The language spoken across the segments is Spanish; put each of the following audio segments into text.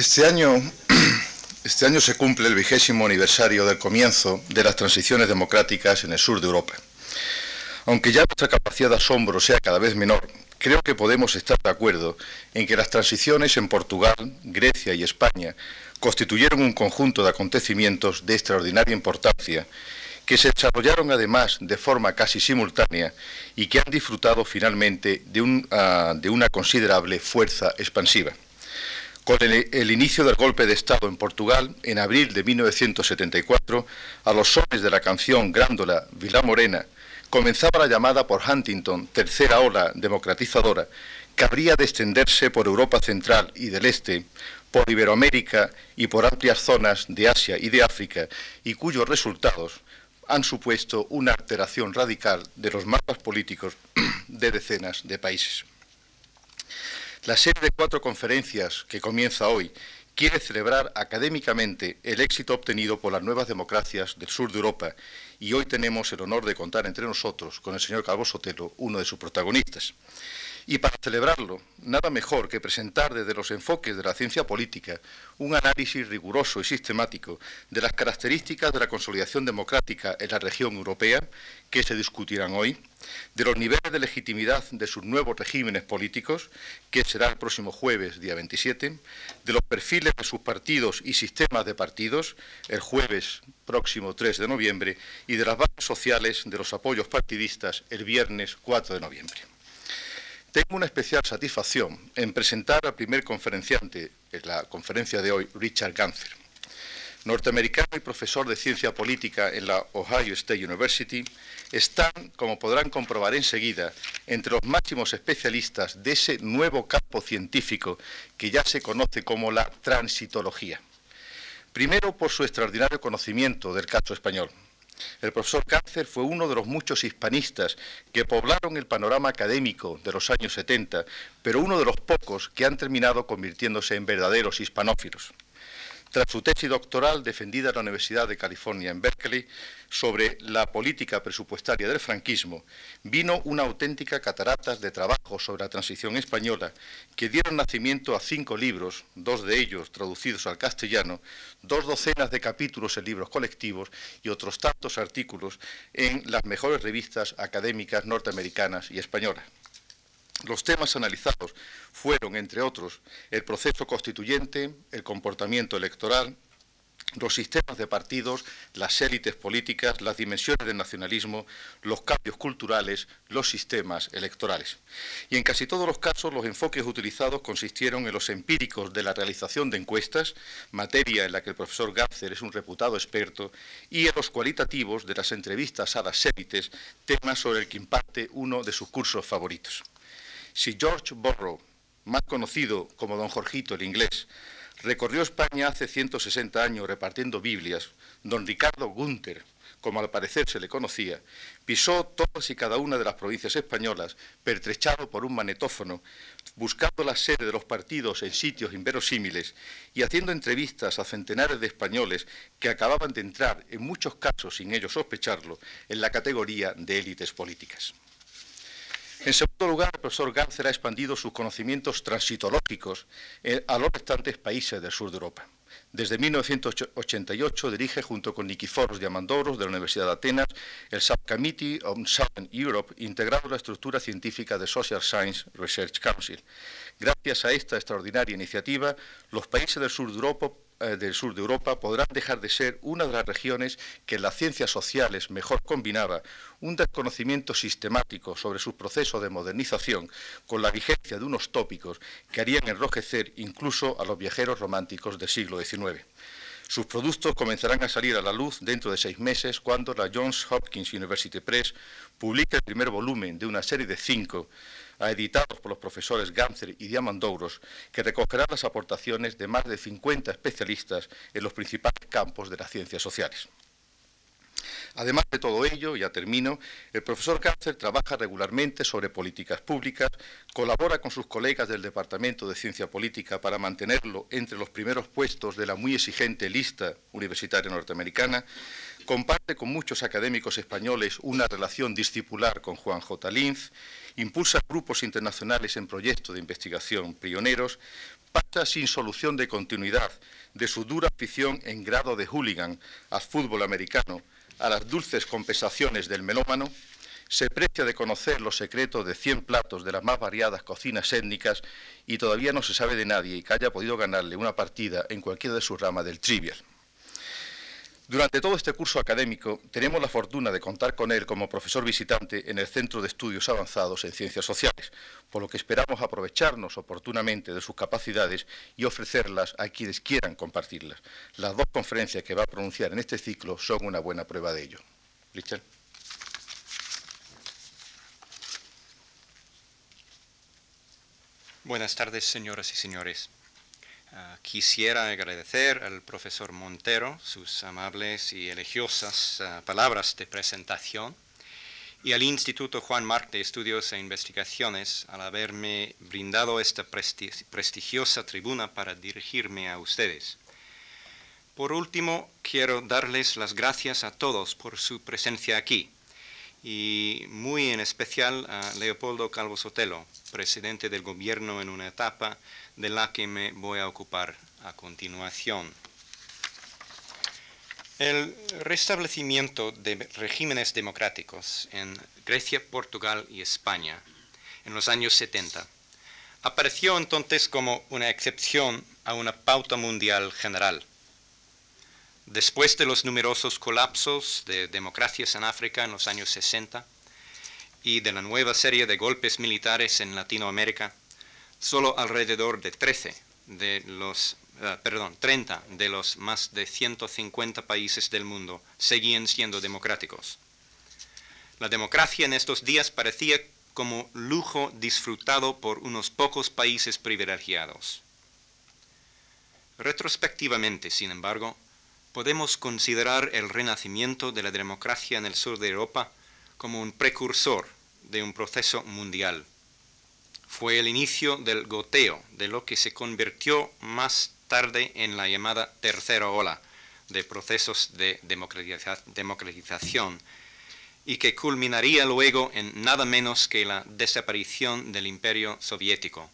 Este año se cumple el 20º aniversario del comienzo de las transiciones democráticas en el sur de Europa. Aunque ya nuestra capacidad de asombro sea cada vez menor, creo que podemos estar de acuerdo en que las transiciones en Portugal, Grecia y España constituyeron un conjunto de acontecimientos de extraordinaria importancia que se desarrollaron además de forma casi simultánea y que han disfrutado finalmente de una considerable fuerza expansiva. Con el inicio del golpe de Estado en Portugal, en abril de 1974, a los sones de la canción Grándola, Vila Morena, comenzaba la llamada por Huntington tercera ola democratizadora, que habría de extenderse por Europa Central y del Este, por Iberoamérica y por amplias zonas de Asia y de África, y cuyos resultados han supuesto una alteración radical de los mapas políticos de decenas de países. La serie de 4 conferencias que comienza hoy quiere celebrar académicamente el éxito obtenido por las nuevas democracias del sur de Europa, y hoy tenemos el honor de contar entre nosotros con el señor Calvo Sotelo, uno de sus protagonistas. Y para celebrarlo, nada mejor que presentar desde los enfoques de la ciencia política un análisis riguroso y sistemático de las características de la consolidación democrática en la región europea, que se discutirán hoy, de los niveles de legitimidad de sus nuevos regímenes políticos, que será el próximo jueves, día 27, de los perfiles de sus partidos y sistemas de partidos, el jueves próximo 3 de noviembre, y de las bases sociales de los apoyos partidistas, el viernes 4 de noviembre. Tengo una especial satisfacción en presentar al primer conferenciante en la conferencia de hoy, Richard Ganther. Norteamericano y profesor de ciencia política en la Ohio State University, están, como podrán comprobar enseguida, entre los máximos especialistas de ese nuevo campo científico que ya se conoce como la transitología. Primero, por su extraordinario conocimiento del caso español. El profesor Ganther fue uno de los muchos hispanistas que poblaron el panorama académico de los años 70, pero uno de los pocos que han terminado convirtiéndose en verdaderos hispanófilos. Tras su tesis doctoral defendida en la Universidad de California en Berkeley sobre la política presupuestaria del franquismo, vino una auténtica catarata de trabajos sobre la transición española que dieron nacimiento a 5 libros, 2 de ellos traducidos al castellano, 2 docenas de capítulos en libros colectivos y otros tantos artículos en las mejores revistas académicas norteamericanas y españolas. Los temas analizados fueron, entre otros, el proceso constituyente, el comportamiento electoral, los sistemas de partidos, las élites políticas, las dimensiones del nacionalismo, los cambios culturales, los sistemas electorales. Y en casi todos los casos los enfoques utilizados consistieron en los empíricos de la realización de encuestas, materia en la que el profesor Ganther es un reputado experto, y en los cualitativos de las entrevistas a las élites, tema sobre el que imparte uno de sus cursos favoritos. Si George Borrow, más conocido como Don Jorgito el inglés, recorrió España hace 160 años repartiendo Biblias, don Ricardo Gunther, como al parecer se le conocía, pisó todas y cada una de las provincias españolas, pertrechado por un magnetófono, buscando la sede de los partidos en sitios inverosímiles y haciendo entrevistas a centenares de españoles que acababan de entrar, en muchos casos sin ellos sospecharlo, en la categoría de élites políticas. En segundo lugar, el profesor Ganther ha expandido sus conocimientos transitológicos a los restantes países del sur de Europa. Desde 1988 dirige, junto con Nikiforos Diamandouros de la Universidad de Atenas, el Subcommittee on Southern Europe, integrado en la estructura científica de Social Science Research Council. Gracias a esta extraordinaria iniciativa, los países del sur de Europa podrán dejar de ser una de las regiones que en las ciencias sociales mejor combinaba un desconocimiento sistemático sobre sus procesos de modernización con la vigencia de unos tópicos que harían enrojecer incluso a los viajeros románticos del siglo XIX. Sus productos comenzarán a salir a la luz dentro de 6 meses cuando la Johns Hopkins University Press publique el primer volumen de una serie de 5 editados por los profesores Ganther y Diamandouros, que recogerán las aportaciones de más de 50 especialistas en los principales campos de las ciencias sociales. Además de todo ello, ya termino, el profesor Ganther trabaja regularmente sobre políticas públicas, colabora con sus colegas del Departamento de Ciencia Política para mantenerlo entre los primeros puestos de la muy exigente lista universitaria norteamericana, comparte con muchos académicos españoles una relación discipular con Juan J. Linz, impulsa grupos internacionales en proyectos de investigación pioneros, pasa sin solución de continuidad de su dura afición en grado de hooligan al fútbol americano a las dulces compensaciones del melómano, se precia de conocer los secretos de 100 platos de las más variadas cocinas étnicas y todavía no se sabe de nadie que haya podido ganarle una partida en cualquiera de sus ramas del trivial. Durante todo este curso académico tenemos la fortuna de contar con él como profesor visitante en el Centro de Estudios Avanzados en Ciencias Sociales, por lo que esperamos aprovecharnos oportunamente de sus capacidades y ofrecerlas a quienes quieran compartirlas. Las dos conferencias que va a pronunciar en este ciclo son una buena prueba de ello. Richard. Buenas tardes, señoras y señores. Quisiera agradecer al profesor Montero sus amables y elogiosas palabras de presentación y al Instituto Juan Marc de Estudios e Investigaciones al haberme brindado esta prestigiosa tribuna para dirigirme a ustedes. Por último, quiero darles las gracias a todos por su presencia aquí y muy en especial a Leopoldo Calvo Sotelo, presidente del gobierno en una etapa de la que me voy a ocupar a continuación. El restablecimiento de regímenes democráticos en Grecia, Portugal y España en los años 70 apareció entonces como una excepción a una pauta mundial general. Después de los numerosos colapsos de democracias en África en los años 60 y de la nueva serie de golpes militares en Latinoamérica, solo alrededor de 30 de los más de 150 países del mundo seguían siendo democráticos. La democracia en estos días parecía como lujo disfrutado por unos pocos países privilegiados. Retrospectivamente, sin embargo, podemos considerar el renacimiento de la democracia en el sur de Europa como un precursor de un proceso mundial. Fue el inicio del goteo de lo que se convirtió más tarde en la llamada tercera ola de procesos de democratización y que culminaría luego en nada menos que la desaparición del Imperio Soviético.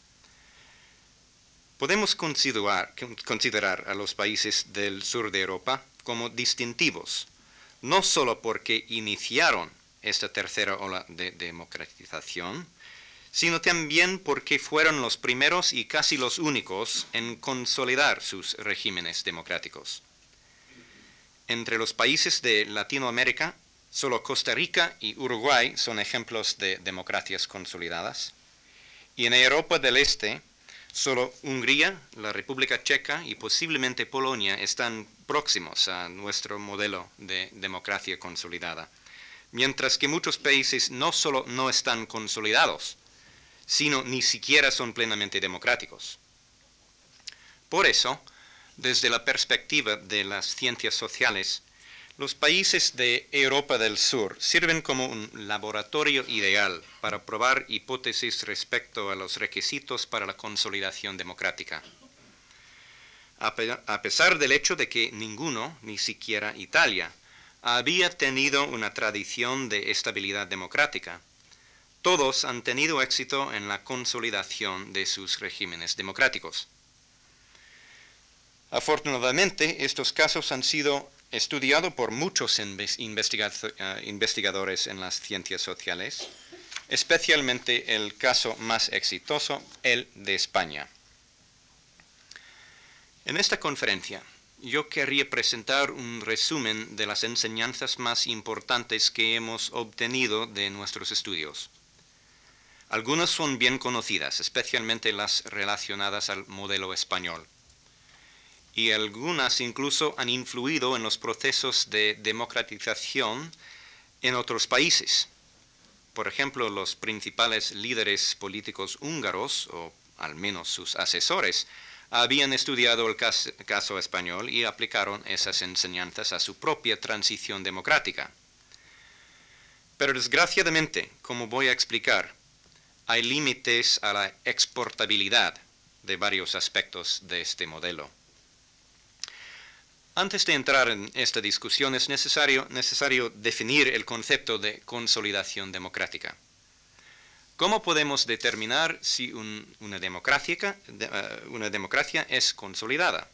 Podemos considerar a los países del sur de Europa como distintivos, no solo porque iniciaron esta tercera ola de democratización, sino también porque fueron los primeros y casi los únicos en consolidar sus regímenes democráticos. Entre los países de Latinoamérica, solo Costa Rica y Uruguay son ejemplos de democracias consolidadas, y en Europa del Este, solo Hungría, la República Checa y posiblemente Polonia están próximos a nuestro modelo de democracia consolidada, mientras que muchos países no solo no están consolidados, sino ni siquiera son plenamente democráticos. Por eso, desde la perspectiva de las ciencias sociales, los países de Europa del Sur sirven como un laboratorio ideal para probar hipótesis respecto a los requisitos para la consolidación democrática. A pesar del hecho de que ninguno, ni siquiera Italia, había tenido una tradición de estabilidad democrática, todos han tenido éxito en la consolidación de sus regímenes democráticos. Afortunadamente, estos casos han sido estudiados por muchos investigadores en las ciencias sociales, especialmente el caso más exitoso, el de España. En esta conferencia, yo querría presentar un resumen de las enseñanzas más importantes que hemos obtenido de nuestros estudios. Algunas son bien conocidas, especialmente las relacionadas al modelo español. Y algunas incluso han influido en los procesos de democratización en otros países. Por ejemplo, los principales líderes políticos húngaros, o al menos sus asesores, habían estudiado el caso español y aplicaron esas enseñanzas a su propia transición democrática. Pero desgraciadamente, como voy a explicar, hay límites a la exportabilidad de varios aspectos de este modelo. Antes de entrar en esta discusión es necesario definir el concepto de consolidación democrática. ¿Cómo podemos determinar si una democracia es consolidada?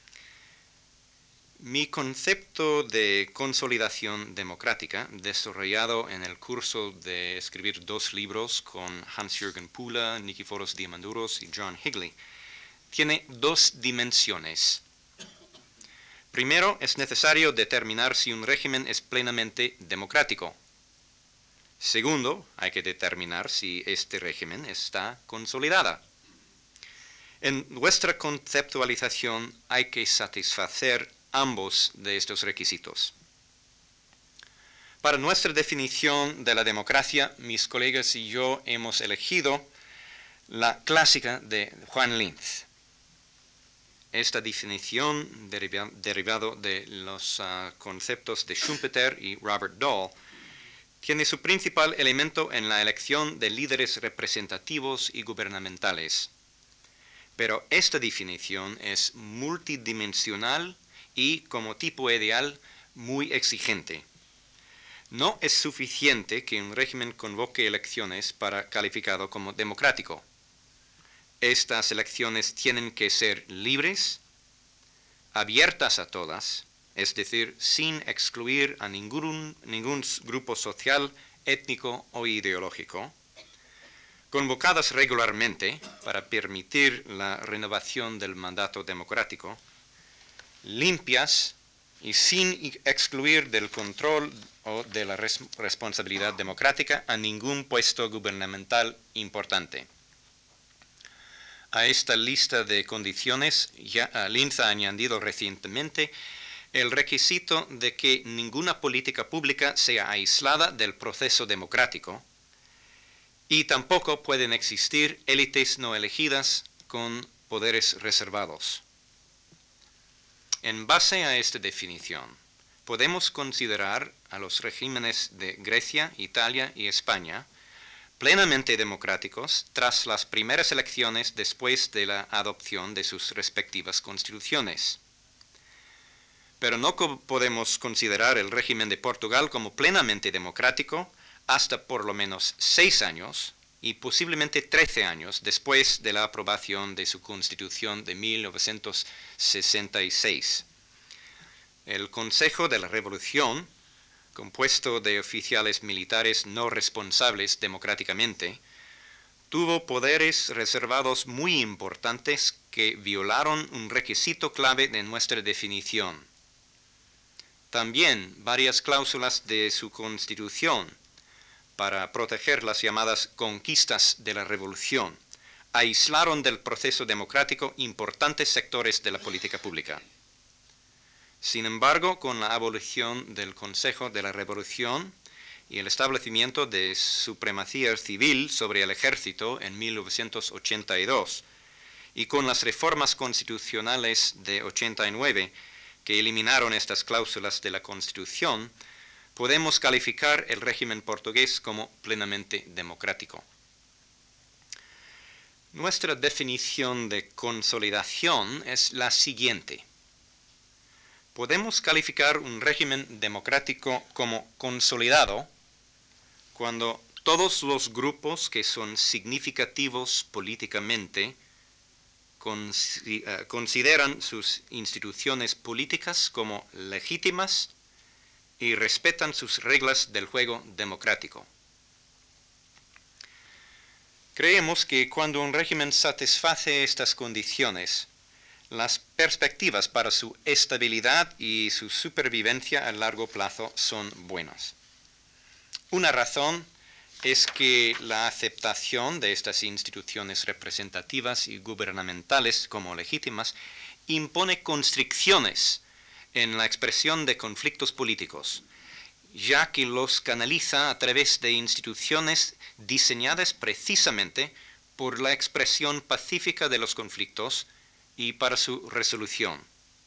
Mi concepto de consolidación democrática, desarrollado en el curso de escribir 2 libros con Hans-Jürgen Pula, Nikiforos Diamandouros y John Higley, tiene 2 dimensiones. Primero, es necesario determinar si un régimen es plenamente democrático. Segundo, hay que determinar si este régimen está consolidada. En nuestra conceptualización hay que satisfacer ambos de estos requisitos. Para nuestra definición de la democracia, mis colegas y yo hemos elegido la clásica de Juan Linz. Esta definición, derivado de los conceptos de Schumpeter y Robert Dahl, tiene su principal elemento en la elección de líderes representativos y gubernamentales. Pero esta definición es multidimensional y, como tipo ideal, muy exigente. No es suficiente que un régimen convoque elecciones para calificado como democrático. Estas elecciones tienen que ser libres, abiertas a todas, es decir, sin excluir a ningún grupo social, étnico o ideológico, convocadas regularmente para permitir la renovación del mandato democrático, limpias y sin excluir del control o de la responsabilidad democrática a ningún puesto gubernamental importante. A esta lista de condiciones, Linz ha añadido recientemente el requisito de que ninguna política pública sea aislada del proceso democrático y tampoco pueden existir élites no elegidas con poderes reservados. En base a esta definición, podemos considerar a los regímenes de Grecia, Italia y España plenamente democráticos tras las primeras elecciones después de la adopción de sus respectivas constituciones. Pero no podemos considerar el régimen de Portugal como plenamente democrático hasta por lo menos 6 años y posiblemente 13 años después de la aprobación de su Constitución de 1966. El Consejo de la Revolución, compuesto de oficiales militares no responsables democráticamente, tuvo poderes reservados muy importantes que violaron un requisito clave de nuestra definición. También varias cláusulas de su Constitución, para proteger las llamadas conquistas de la Revolución, aislaron del proceso democrático importantes sectores de la política pública. Sin embargo, con la abolición del Consejo de la Revolución y el establecimiento de supremacía civil sobre el ejército en 1982, y con las reformas constitucionales de 89 que eliminaron estas cláusulas de la Constitución, podemos calificar el régimen portugués como plenamente democrático. Nuestra definición de consolidación es la siguiente. Podemos calificar un régimen democrático como consolidado cuando todos los grupos que son significativos políticamente consideran sus instituciones políticas como legítimas y respetan sus reglas del juego democrático. Creemos que cuando un régimen satisface estas condiciones, las perspectivas para su estabilidad y su supervivencia a largo plazo son buenas. Una razón es que la aceptación de estas instituciones representativas y gubernamentales como legítimas impone constricciones en la expresión de conflictos políticos, ya que los canaliza a través de instituciones diseñadas precisamente por la expresión pacífica de los conflictos y para su resolución.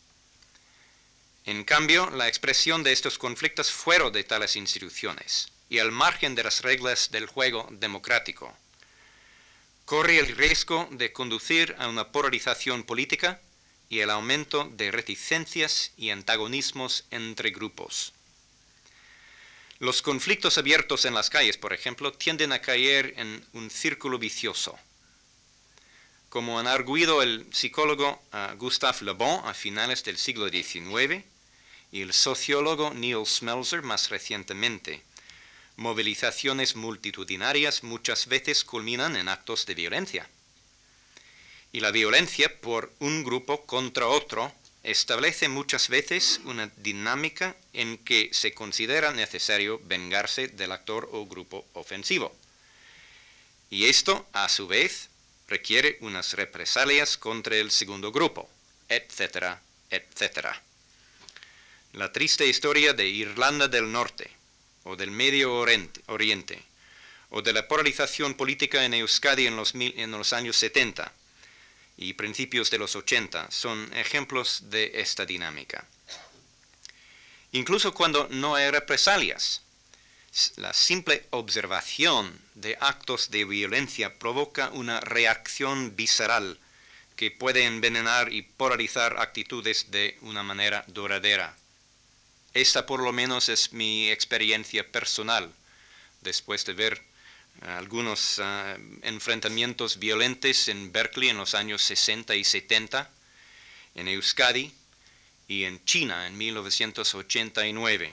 En cambio, la expresión de estos conflictos fuera de tales instituciones y al margen de las reglas del juego democrático corre el riesgo de conducir a una polarización política y el aumento de reticencias y antagonismos entre grupos. Los conflictos abiertos en las calles, por ejemplo, tienden a caer en un círculo vicioso. Como han arguido el psicólogo Gustave Le Bon a finales del siglo XIX y el sociólogo Neil Smeltzer más recientemente, movilizaciones multitudinarias muchas veces culminan en actos de violencia. Y la violencia por un grupo contra otro establece muchas veces una dinámica en que se considera necesario vengarse del actor o grupo ofensivo. Y esto, a su vez, requiere unas represalias contra el segundo grupo, etcétera, etcétera. La triste historia de Irlanda del Norte, o del Medio Oriente, o de la polarización política en Euskadi en los años 70 y principios de los 80 son ejemplos de esta dinámica. Incluso cuando no hay represalias, la simple observación de actos de violencia provoca una reacción visceral que puede envenenar y polarizar actitudes de una manera duradera. Esta por lo menos es mi experiencia personal, después de ver algunos enfrentamientos violentos en Berkeley en los años 60 y 70, en Euskadi y en China en 1989.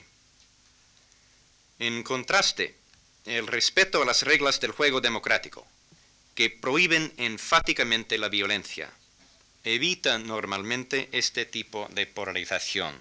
En contraste, el respeto a las reglas del juego democrático, que prohíben enfáticamente la violencia, evita normalmente este tipo de polarización.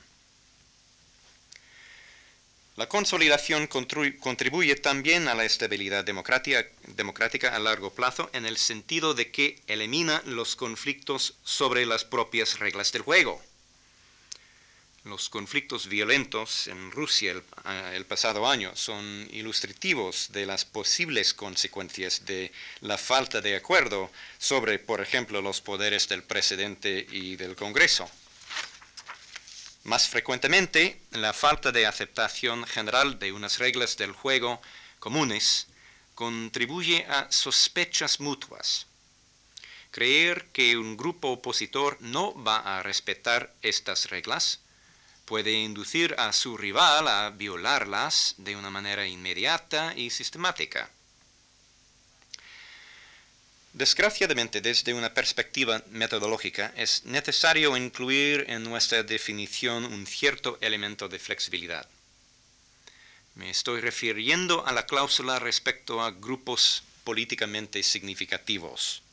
La consolidación contribuye también a la estabilidad democrática a largo plazo en el sentido de que elimina los conflictos sobre las propias reglas del juego. Los conflictos violentos en Rusia el pasado año son ilustrativos de las posibles consecuencias de la falta de acuerdo sobre, por ejemplo, los poderes del presidente y del Congreso. Más frecuentemente, la falta de aceptación general de unas reglas del juego comunes contribuye a sospechas mutuas. Creer que un grupo opositor no va a respetar estas reglas puede inducir a su rival a violarlas de una manera inmediata y sistemática. Desgraciadamente, desde una perspectiva metodológica, es necesario incluir en nuestra definición un cierto elemento de flexibilidad. Me estoy refiriendo a la cláusula respecto a grupos políticamente significativos.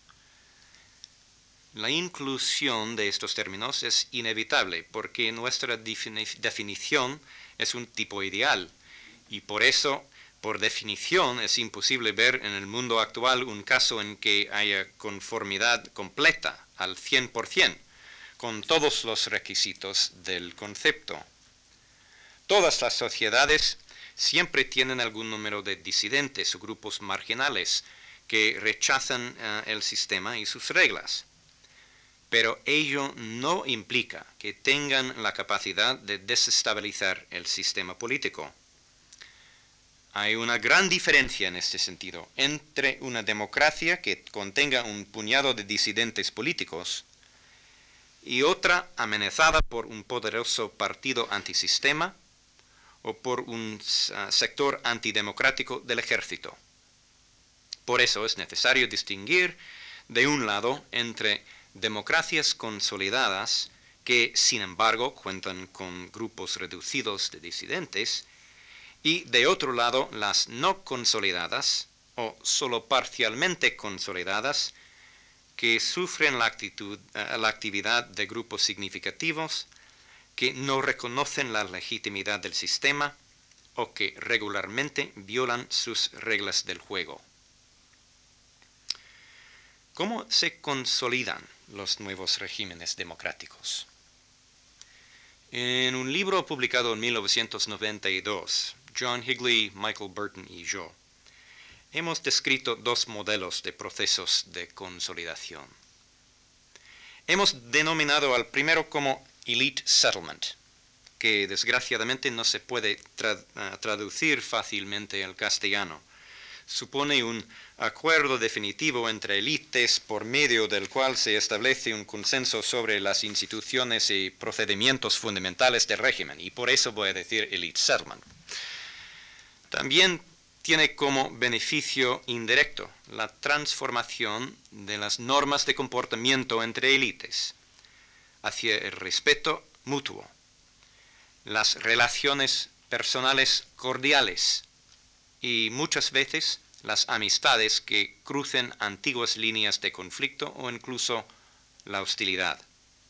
La inclusión de estos términos es inevitable porque nuestra definición es un tipo ideal y por eso, por definición, es imposible ver en el mundo actual un caso en que haya conformidad completa al 100% con todos los requisitos del concepto. Todas las sociedades siempre tienen algún número de disidentes o grupos marginales que rechazan el sistema y sus reglas. Pero ello no implica que tengan la capacidad de desestabilizar el sistema político. Hay una gran diferencia en este sentido entre una democracia que contenga un puñado de disidentes políticos y otra amenazada por un poderoso partido antisistema o por un sector antidemocrático del ejército. Por eso es necesario distinguir, de un lado, entre democracias consolidadas que, sin embargo, cuentan con grupos reducidos de disidentes, y de otro lado, las no consolidadas o solo parcialmente consolidadas que sufren la actividad de grupos significativos que no reconocen la legitimidad del sistema o que regularmente violan sus reglas del juego. ¿Cómo se consolidan los nuevos regímenes democráticos? En un libro publicado en 1992, John Higley, Michael Burton y yo hemos descrito dos modelos de procesos de consolidación. Hemos denominado al primero como elite settlement, que desgraciadamente no se puede traducir fácilmente al castellano. Supone un acuerdo definitivo entre élites por medio del cual se establece un consenso sobre las instituciones y procedimientos fundamentales del régimen, y por eso voy a decir elite settlement. También tiene como beneficio indirecto la transformación de las normas de comportamiento entre élites hacia el respeto mutuo, las relaciones personales cordiales y muchas veces las amistades que crucen antiguas líneas de conflicto o incluso la hostilidad.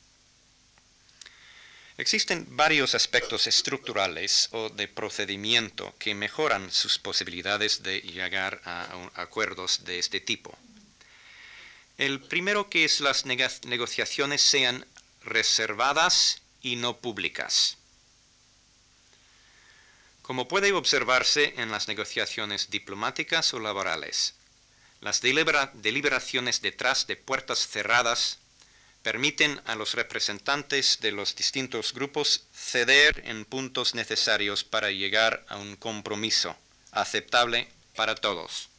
Existen varios aspectos estructurales o de procedimiento que mejoran sus posibilidades de llegar a acuerdos de este tipo. El primero que es las negociaciones sean reservadas y no públicas. Como puede observarse en las negociaciones diplomáticas o laborales, las deliberaciones detrás de puertas cerradas permiten a los representantes de los distintos grupos ceder en puntos necesarios para llegar a un compromiso aceptable para todos.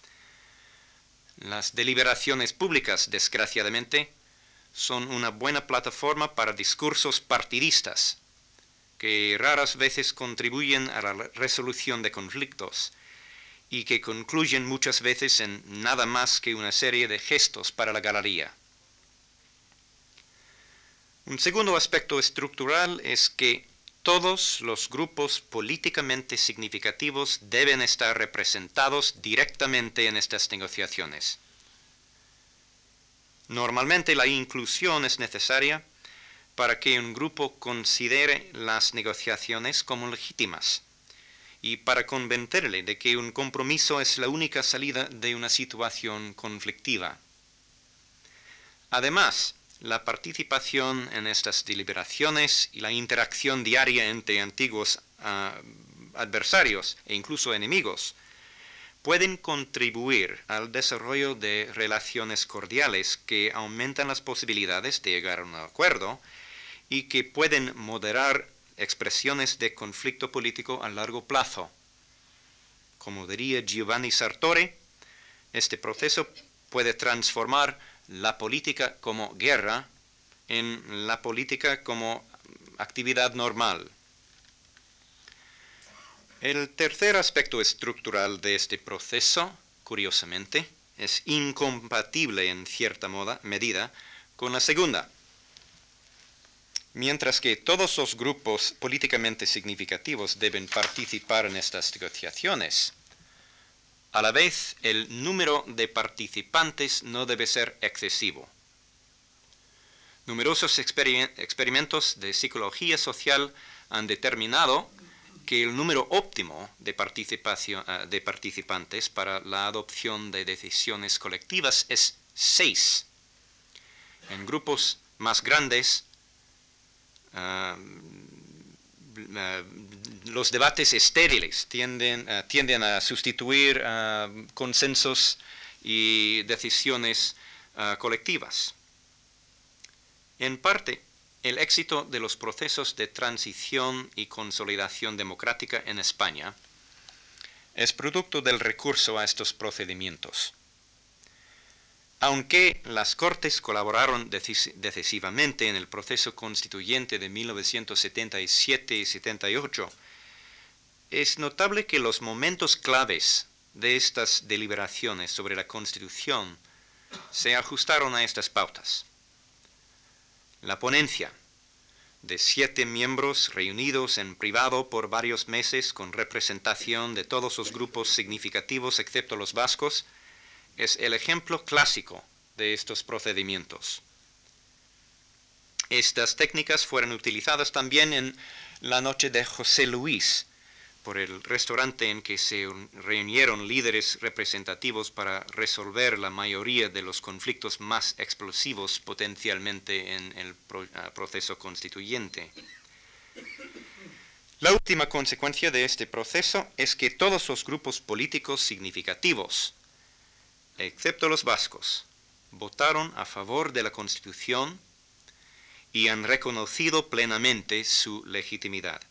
Las deliberaciones públicas, desgraciadamente, son una buena plataforma para discursos partidistas que raras veces contribuyen a la resolución de conflictos y que concluyen muchas veces en nada más que una serie de gestos para la galería. Un segundo aspecto estructural es que todos los grupos políticamente significativos deben estar representados directamente en estas negociaciones. Normalmente la inclusión es necesaria para que un grupo considere las negociaciones como legítimas y para convencerle de que un compromiso es la única salida de una situación conflictiva. Además, la participación en estas deliberaciones y la interacción diaria entre antiguos adversarios e incluso enemigos pueden contribuir al desarrollo de relaciones cordiales que aumentan las posibilidades de llegar a un acuerdo y que pueden moderar expresiones de conflicto político a largo plazo. Como diría Giovanni Sartori, este proceso puede transformar la política como guerra en la política como actividad normal. El tercer aspecto estructural de este proceso, curiosamente, es incompatible en cierta medida con la segunda. Mientras que todos los grupos políticamente significativos deben participar en estas negociaciones, a la vez el número de participantes no debe ser excesivo. Numerosos experimentos de psicología social han determinado que el número óptimo de participantes para la adopción de decisiones colectivas es 6. En grupos más grandes, los debates estériles tienden a sustituir consensos y decisiones colectivas. En parte, el éxito de los procesos de transición y consolidación democrática en España es producto del recurso a estos procedimientos. Aunque las Cortes colaboraron decisivamente en el proceso constituyente de 1977 y 78, es notable que los momentos claves de estas deliberaciones sobre la Constitución se ajustaron a estas pautas. La ponencia, de 7 miembros reunidos en privado por varios meses con representación de todos los grupos significativos excepto los vascos, es el ejemplo clásico de estos procedimientos. Estas técnicas fueron utilizadas también en la noche de José Luis, por el restaurante en que se reunieron líderes representativos para resolver la mayoría de los conflictos más explosivos potencialmente en el proceso constituyente. La última consecuencia de este proceso es que todos los grupos políticos significativos, excepto los vascos, votaron a favor de la Constitución y han reconocido plenamente su legitimidad.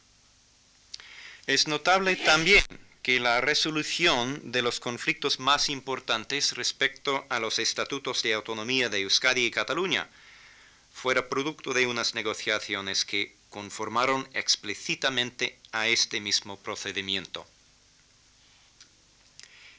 Es notable también que la resolución de los conflictos más importantes respecto a los estatutos de autonomía de Euskadi y Cataluña fuera producto de unas negociaciones que conformaron explícitamente a este mismo procedimiento.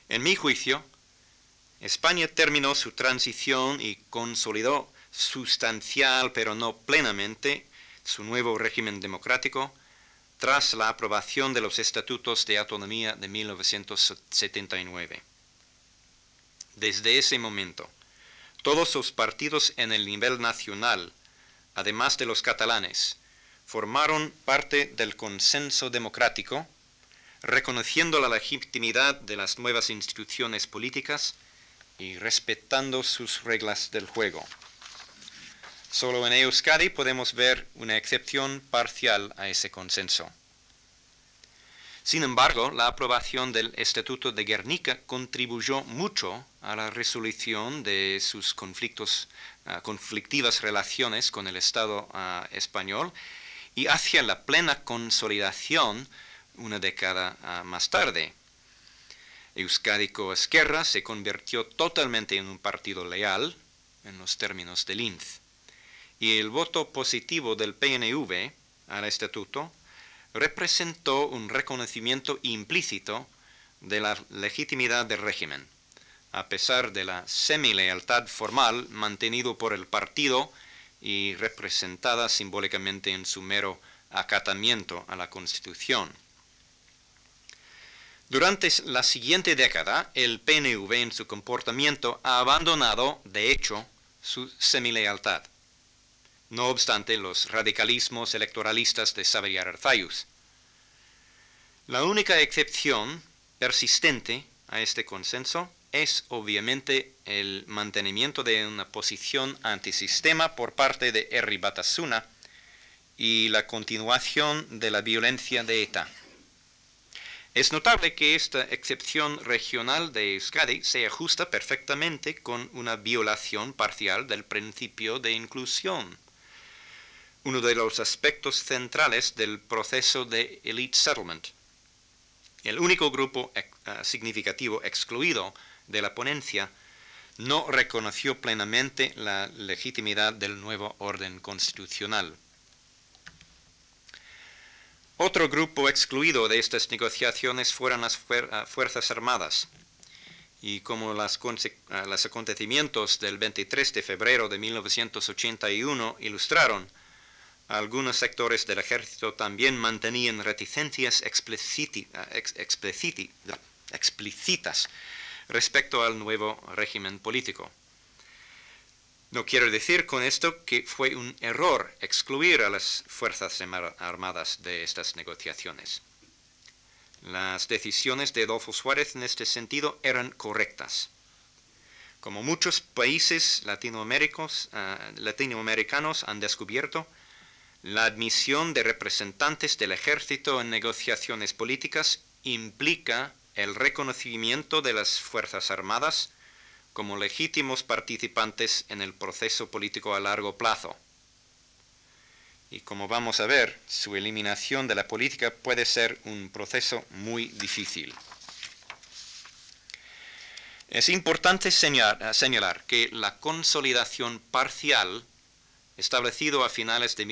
En mi juicio, España terminó su transición y consolidó sustancial, pero no plenamente, su nuevo régimen democrático tras la aprobación de los Estatutos de Autonomía de 1979. Desde ese momento, todos los partidos en el nivel nacional, además de los catalanes, formaron parte del consenso democrático, reconociendo la legitimidad de las nuevas instituciones políticas y respetando sus reglas del juego. Solo en Euskadi podemos ver una excepción parcial a ese consenso. Sin embargo, la aprobación del Estatuto de Guernica contribuyó mucho a la resolución de sus conflictivas relaciones con el Estado español y hacia la plena consolidación una década más tarde. Euskadiko Ezkerra se convirtió totalmente en un partido leal en los términos del Linz, y el voto positivo del PNV al Estatuto representó un reconocimiento implícito de la legitimidad del régimen, a pesar de la semi-lealtad formal mantenida por el partido y representada simbólicamente en su mero acatamiento a la Constitución. Durante la siguiente década, el PNV en su comportamiento ha abandonado, de hecho, su semi-lealtad. No obstante los radicalismos electoralistas de Xavier Arzayus. La única excepción persistente a este consenso es obviamente el mantenimiento de una posición antisistema por parte de Herri Batasuna y la continuación de la violencia de ETA. Es notable que esta excepción regional de Euskadi se ajusta perfectamente con una violación parcial del principio de inclusión, uno de los aspectos centrales del proceso de elite settlement. El único grupo significativo excluido de la ponencia no reconoció plenamente la legitimidad del nuevo orden constitucional. Otro grupo excluido de estas negociaciones fueron las Fuerzas Armadas, y como los acontecimientos del 23 de febrero de 1981 ilustraron, algunos sectores del ejército también mantenían reticencias explícitas respecto al nuevo régimen político. No quiero decir con esto que fue un error excluir a las Fuerzas Armadas de estas negociaciones. Las decisiones de Adolfo Suárez en este sentido eran correctas. Como muchos países latinoamericanos han descubierto, la admisión de representantes del ejército en negociaciones políticas implica el reconocimiento de las Fuerzas Armadas como legítimos participantes en el proceso político a largo plazo. Y como vamos a ver, su eliminación de la política puede ser un proceso muy difícil. Es importante señalar que la consolidación parcial establecido a finales de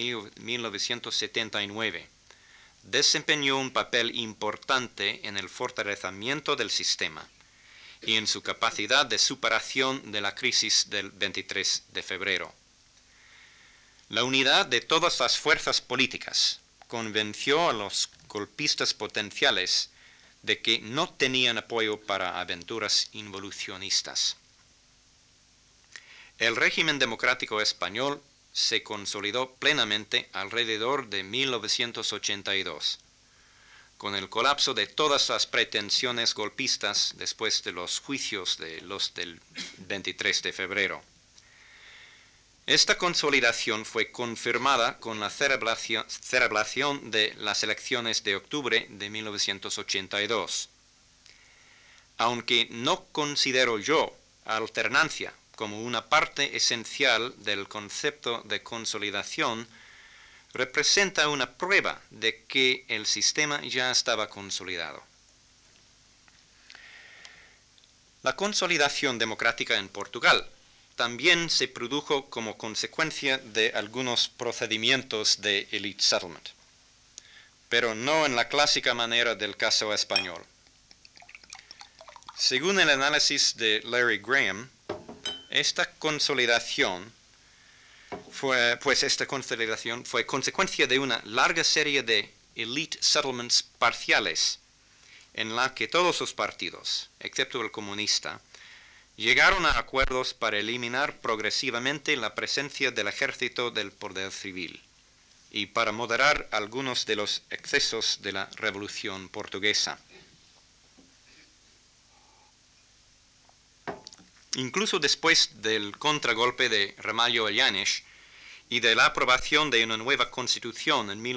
1979, desempeñó un papel importante en el fortalecimiento del sistema y en su capacidad de superación de la crisis del 23 de febrero. La unidad de todas las fuerzas políticas convenció a los golpistas potenciales de que no tenían apoyo para aventuras involucionistas. El régimen democrático español se consolidó plenamente alrededor de 1982, con el colapso de todas las pretensiones golpistas después de los juicios del 23 de febrero. Esta consolidación fue confirmada con la celebración de las elecciones de octubre de 1982. Aunque no considero yo alternancia como una parte esencial del concepto de consolidación, representa una prueba de que el sistema ya estaba consolidado. La consolidación democrática en Portugal también se produjo como consecuencia de algunos procedimientos de elite settlement, pero no en la clásica manera del caso español. Según el análisis de Larry Graham, esta consolidación fue consecuencia de una larga serie de elite settlements parciales, en la que todos los partidos, excepto el comunista, llegaron a acuerdos para eliminar progresivamente la presencia del ejército del poder civil y para moderar algunos de los excesos de la Revolución Portuguesa. Incluso después del contragolpe de Ramalho Ellanes y de la aprobación de una nueva constitución en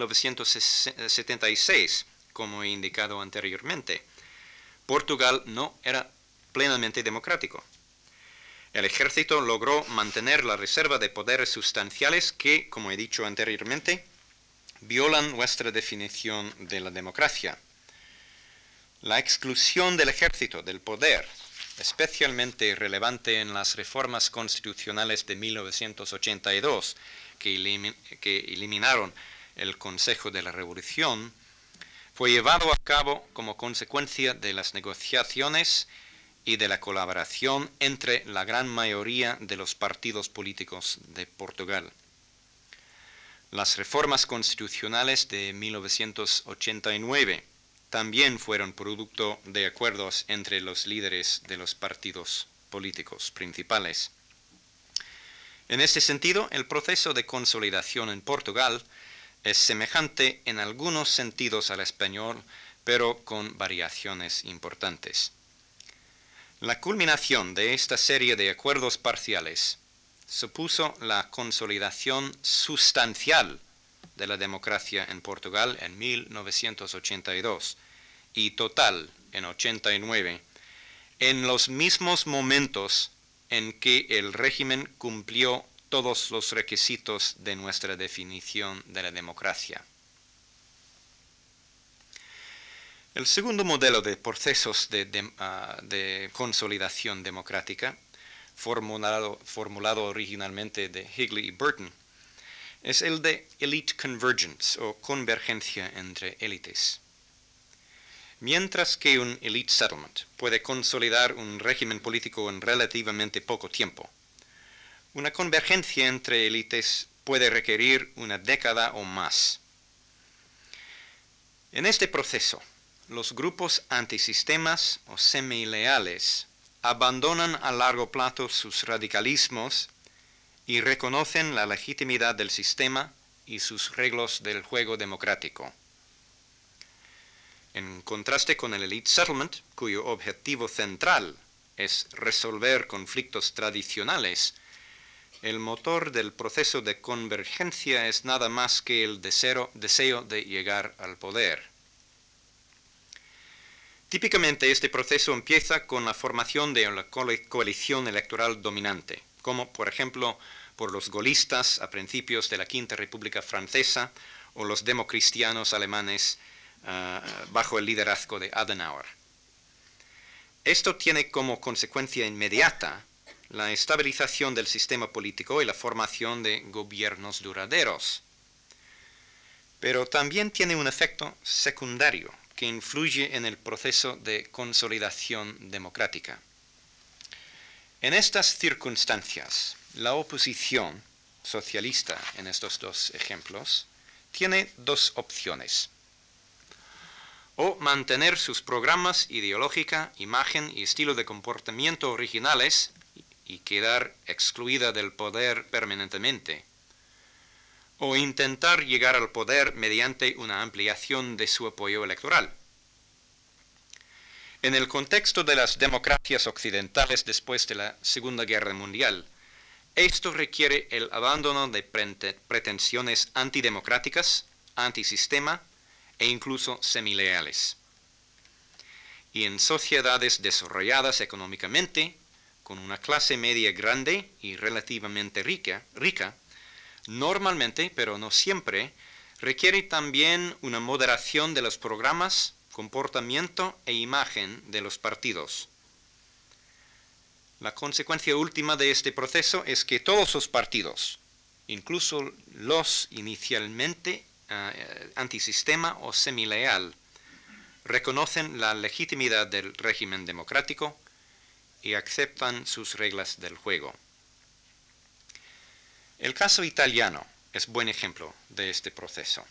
1976, como he indicado anteriormente, Portugal no era plenamente democrático. El ejército logró mantener la reserva de poderes sustanciales que, como he dicho anteriormente, violan nuestra definición de la democracia. La exclusión del ejército del poder, especialmente relevante en las reformas constitucionales de 1982, que eliminaron el Consejo de la Revolución, fue llevado a cabo como consecuencia de las negociaciones y de la colaboración entre la gran mayoría de los partidos políticos de Portugal. Las reformas constitucionales de 1989 también fueron producto de acuerdos entre los líderes de los partidos políticos principales. En este sentido, el proceso de consolidación en Portugal es semejante en algunos sentidos al español, pero con variaciones importantes. La culminación de esta serie de acuerdos parciales supuso la consolidación sustancial de la democracia en Portugal en 1982 y total en 89, en los mismos momentos en que el régimen cumplió todos los requisitos de nuestra definición de la democracia. El segundo modelo de procesos de consolidación democrática, formulado originalmente de Higley y Burton, es el de elite convergence o convergencia entre élites. Mientras que un elite settlement puede consolidar un régimen político en relativamente poco tiempo, una convergencia entre élites puede requerir una década o más. En este proceso, los grupos antisistemas o semileales abandonan a largo plazo sus radicalismos y reconocen la legitimidad del sistema y sus reglas del juego democrático. En contraste con el elite settlement, cuyo objetivo central es resolver conflictos tradicionales, el motor del proceso de convergencia es nada más que el deseo de llegar al poder. Típicamente este proceso empieza con la formación de una coalición electoral dominante, como por ejemplo por los gaullistas a principios de la Quinta República Francesa o los democristianos alemanes bajo el liderazgo de Adenauer. Esto tiene como consecuencia inmediata la estabilización del sistema político y la formación de gobiernos duraderos. Pero también tiene un efecto secundario que influye en el proceso de consolidación democrática. En estas circunstancias, la oposición socialista en estos dos ejemplos tiene dos opciones: o mantener sus programas ideológica, imagen y estilo de comportamiento originales y quedar excluida del poder permanentemente, o intentar llegar al poder mediante una ampliación de su apoyo electoral. En el contexto de las democracias occidentales después de la Segunda Guerra Mundial, esto requiere el abandono de pretensiones antidemocráticas, antisistema e incluso semileales. Y en sociedades desarrolladas económicamente, con una clase media grande y relativamente rica, normalmente, pero no siempre, requiere también una moderación de los programas, comportamiento e imagen de los partidos. La consecuencia última de este proceso es que todos los partidos, incluso los inicialmente antisistema o semileal, reconocen la legitimidad del régimen democrático y aceptan sus reglas del juego. El caso italiano es buen ejemplo de este proceso.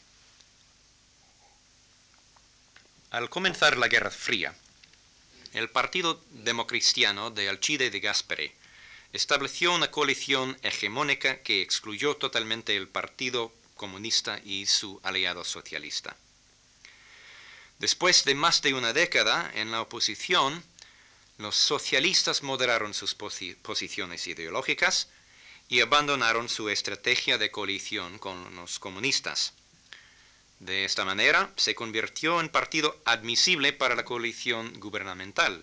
Al comenzar la Guerra Fría, el Partido Democristiano de Alcide de Gasperi estableció una coalición hegemónica que excluyó totalmente el Partido Comunista y su aliado socialista. Después de más de una década en la oposición, los socialistas moderaron sus posiciones ideológicas y abandonaron su estrategia de coalición con los comunistas. De esta manera, se convirtió en partido admisible para la coalición gubernamental.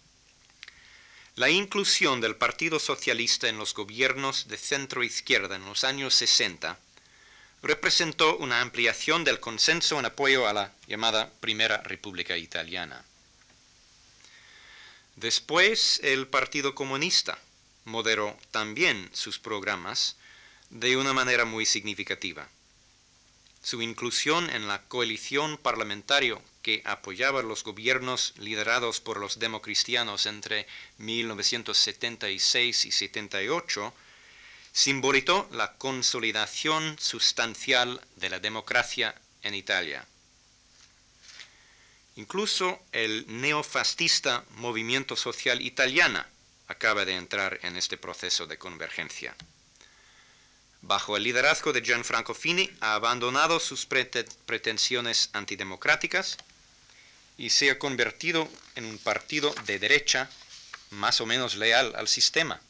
La inclusión del Partido Socialista en los gobiernos de centro-izquierda en los años 60 representó una ampliación del consenso en apoyo a la llamada Primera República Italiana. Después, el Partido Comunista moderó también sus programas de una manera muy significativa. Su inclusión en la coalición parlamentaria que apoyaba los gobiernos liderados por los democristianos entre 1976 y 78 simbolizó la consolidación sustancial de la democracia en Italia. Incluso el neofascista movimiento social italiano acaba de entrar en este proceso de convergencia. Bajo el liderazgo de Gianfranco Fini, ha abandonado sus pretensiones antidemocráticas y se ha convertido en un partido de derecha más o menos leal al sistema.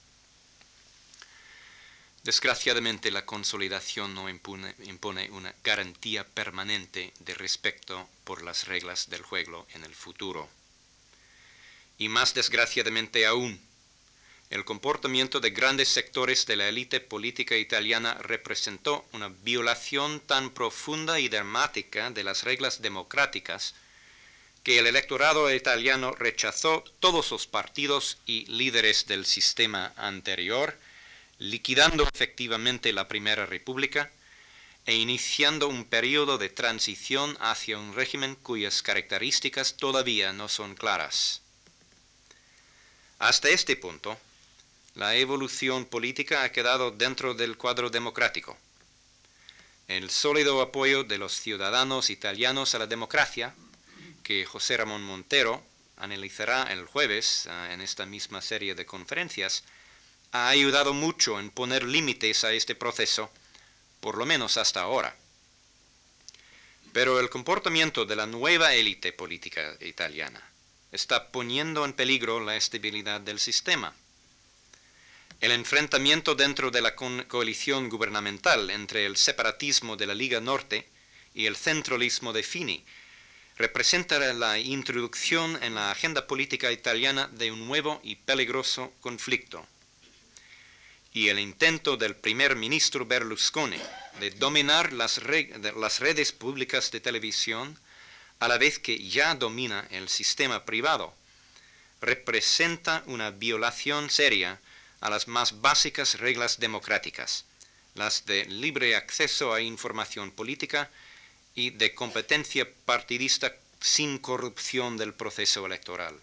Desgraciadamente, la consolidación no impone una garantía permanente de respeto por las reglas del juego en el futuro. Y más desgraciadamente aún, el comportamiento de grandes sectores de la élite política italiana representó una violación tan profunda y dramática de las reglas democráticas que el electorado italiano rechazó todos los partidos y líderes del sistema anterior, liquidando efectivamente la Primera República e iniciando un periodo de transición hacia un régimen cuyas características todavía no son claras. Hasta este punto, la evolución política ha quedado dentro del cuadro democrático. El sólido apoyo de los ciudadanos italianos a la democracia, que José Ramón Montero analizará el jueves en esta misma serie de conferencias, ha ayudado mucho en poner límites a este proceso, por lo menos hasta ahora. Pero el comportamiento de la nueva élite política italiana está poniendo en peligro la estabilidad del sistema. El enfrentamiento dentro de la coalición gubernamental entre el separatismo de la Liga Norte y el centralismo de Fini representa la introducción en la agenda política italiana de un nuevo y peligroso conflicto. Y el intento del primer ministro Berlusconi de dominar las redes públicas de televisión, a la vez que ya domina el sistema privado, representa una violación seria a las más básicas reglas democráticas, las de libre acceso a información política y de competencia partidista sin corrupción del proceso electoral.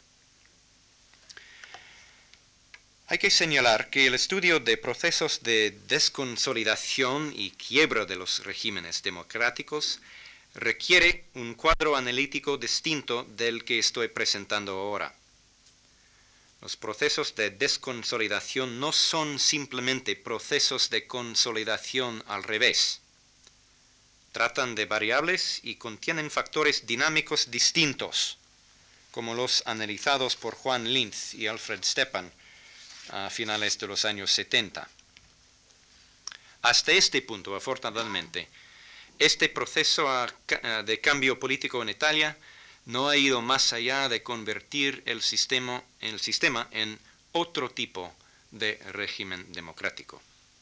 Hay que señalar que el estudio de procesos de desconsolidación y quiebra de los regímenes democráticos requiere un cuadro analítico distinto del que estoy presentando ahora. Los procesos de desconsolidación no son simplemente procesos de consolidación al revés. Tratan de variables y contienen factores dinámicos distintos, como los analizados por Juan Linz y Alfred Stepan a finales de los años 70. Hasta este punto, afortunadamente, este proceso de cambio político en Italia no ha ido más allá de convertir el sistema en otro tipo de régimen democrático.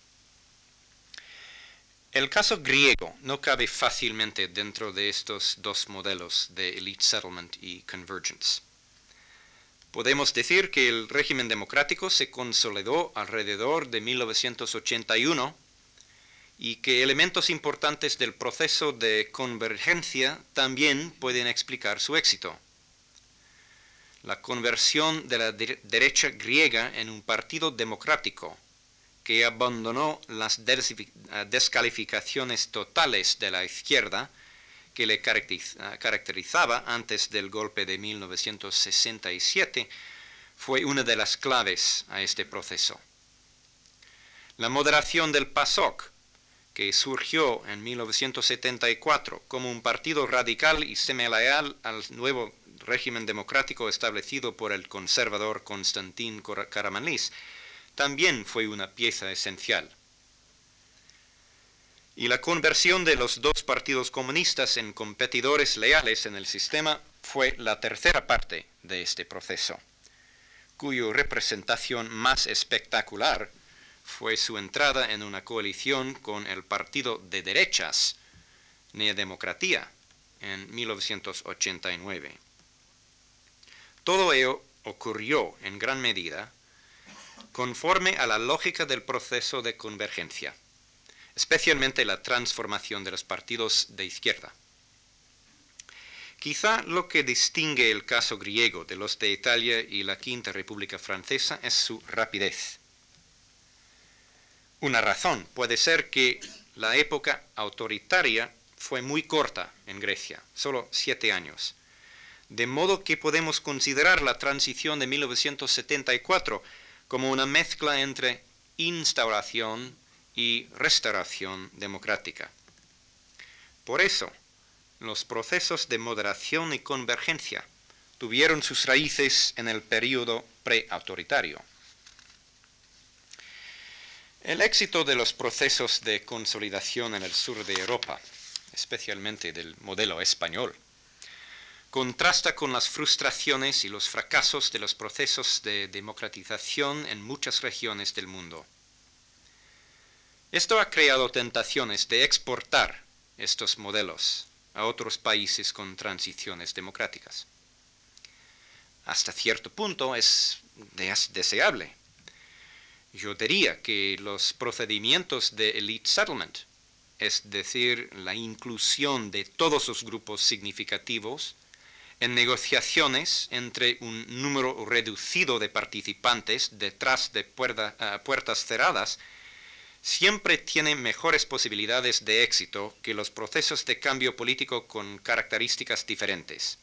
El caso griego no cabe fácilmente dentro de estos dos modelos de elite settlement y convergence. Podemos decir que el régimen democrático se consolidó alrededor de 1981 y que elementos importantes del proceso de convergencia también pueden explicar su éxito. La conversión de la derecha griega en un partido democrático que abandonó las descalificaciones totales de la izquierda que le caracterizaba antes del golpe de 1967, fue una de las claves a este proceso. La moderación del PASOK, que surgió en 1974 como un partido radical y semileal al nuevo régimen democrático establecido por el conservador Constantin Karamanlis, también fue una pieza esencial. Y la conversión de los dos partidos comunistas en competidores leales en el sistema fue la tercera parte de este proceso, cuya representación más espectacular fue su entrada en una coalición con el partido de derechas, Nea Democratia, en 1989. Todo ello ocurrió en gran medida conforme a la lógica del proceso de convergencia, especialmente la transformación de los partidos de izquierda. Quizá lo que distingue el caso griego de los de Italia y la Quinta República Francesa es su rapidez. Una razón puede ser que la época autoritaria fue muy corta en Grecia, solo 7 años, de modo que podemos considerar la transición de 1974 como una mezcla entre instauración y restauración democrática. Por eso, los procesos de moderación y convergencia tuvieron sus raíces en el período preautoritario. El éxito de los procesos de consolidación en el sur de Europa, especialmente del modelo español, contrasta con las frustraciones y los fracasos de los procesos de democratización en muchas regiones del mundo. Esto ha creado tentaciones de exportar estos modelos a otros países con transiciones democráticas. Hasta cierto punto es deseable. Yo diría que los procedimientos de elite settlement, es decir, la inclusión de todos los grupos significativos en negociaciones entre un número reducido de participantes detrás de puertas cerradas, siempre tiene mejores posibilidades de éxito que los procesos de cambio político con características diferentes.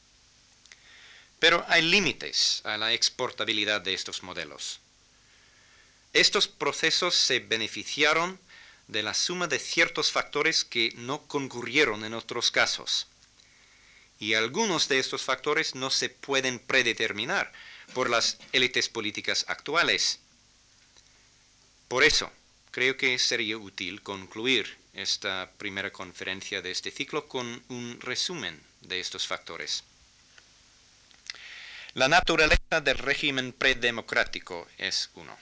Pero hay límites a la exportabilidad de estos modelos. Estos procesos se beneficiaron de la suma de ciertos factores que no concurrieron en otros casos. Y algunos de estos factores no se pueden predeterminar por las élites políticas actuales. Por eso, creo que sería útil concluir esta primera conferencia de este ciclo con un resumen de estos factores. La naturaleza del régimen predemocrático es una.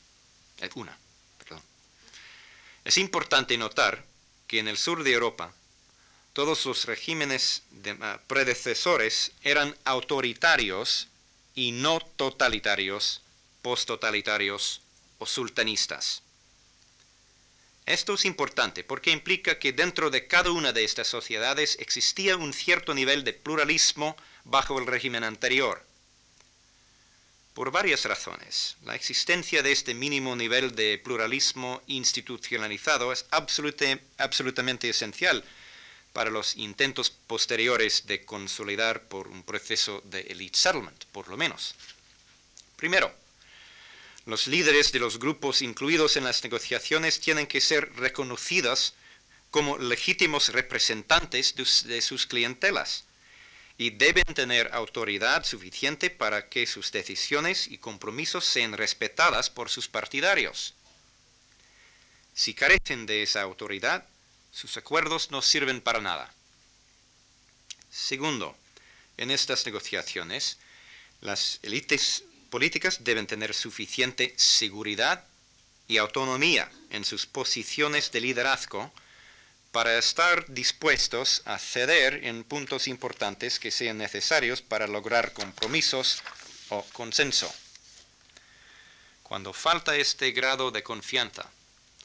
Es importante notar que en el sur de Europa todos los regímenes predecesores eran autoritarios y no totalitarios, posttotalitarios o sultanistas. Esto es importante porque implica que dentro de cada una de estas sociedades existía un cierto nivel de pluralismo bajo el régimen anterior. Por varias razones, la existencia de este mínimo nivel de pluralismo institucionalizado es absolutamente esencial para los intentos posteriores de consolidar por un proceso de elite settlement, por lo menos. Primero, los líderes de los grupos incluidos en las negociaciones tienen que ser reconocidos como legítimos representantes de sus clientelas y deben tener autoridad suficiente para que sus decisiones y compromisos sean respetadas por sus partidarios. Si carecen de esa autoridad, sus acuerdos no sirven para nada. Segundo, en estas negociaciones, las élites políticas deben tener suficiente seguridad y autonomía en sus posiciones de liderazgo para estar dispuestos a ceder en puntos importantes que sean necesarios para lograr compromisos o consenso. Cuando falta este grado de confianza,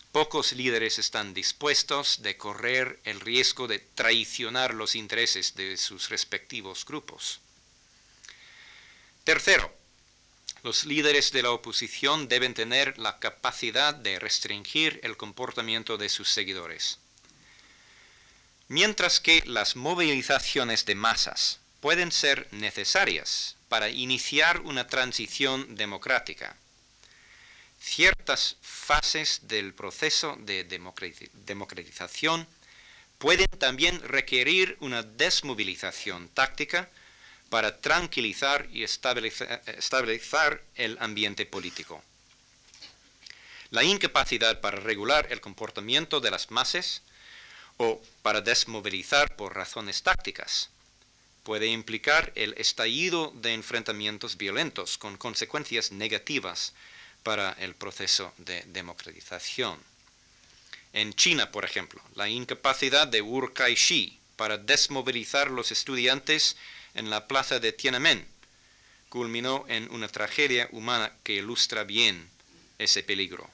pocos líderes están dispuestos de correr el riesgo de traicionar los intereses de sus respectivos grupos. Tercero, los líderes de la oposición deben tener la capacidad de restringir el comportamiento de sus seguidores. Mientras que las movilizaciones de masas pueden ser necesarias para iniciar una transición democrática, ciertas fases del proceso de democratización pueden también requerir una desmovilización táctica para tranquilizar y estabilizar el ambiente político. La incapacidad para regular el comportamiento de las masas o para desmovilizar por razones tácticas puede implicar el estallido de enfrentamientos violentos con consecuencias negativas para el proceso de democratización. En China, por ejemplo, la incapacidad de Wu Kai-shi para desmovilizar los estudiantes en la plaza de Tiananmen culminó en una tragedia humana que ilustra bien ese peligro.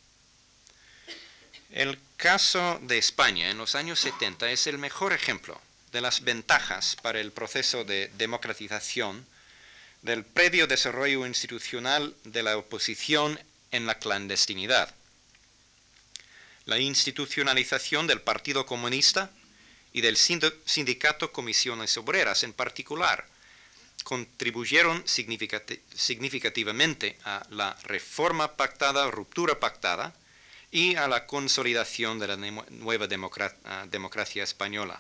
El caso de España en los años 70 es el mejor ejemplo de las ventajas para el proceso de democratización del previo desarrollo institucional de la oposición en la clandestinidad. La institucionalización del Partido Comunista y del sindicato Comisiones Obreras en particular contribuyeron significativamente a la reforma pactada, ruptura pactada, y a la consolidación de la nueva democracia española.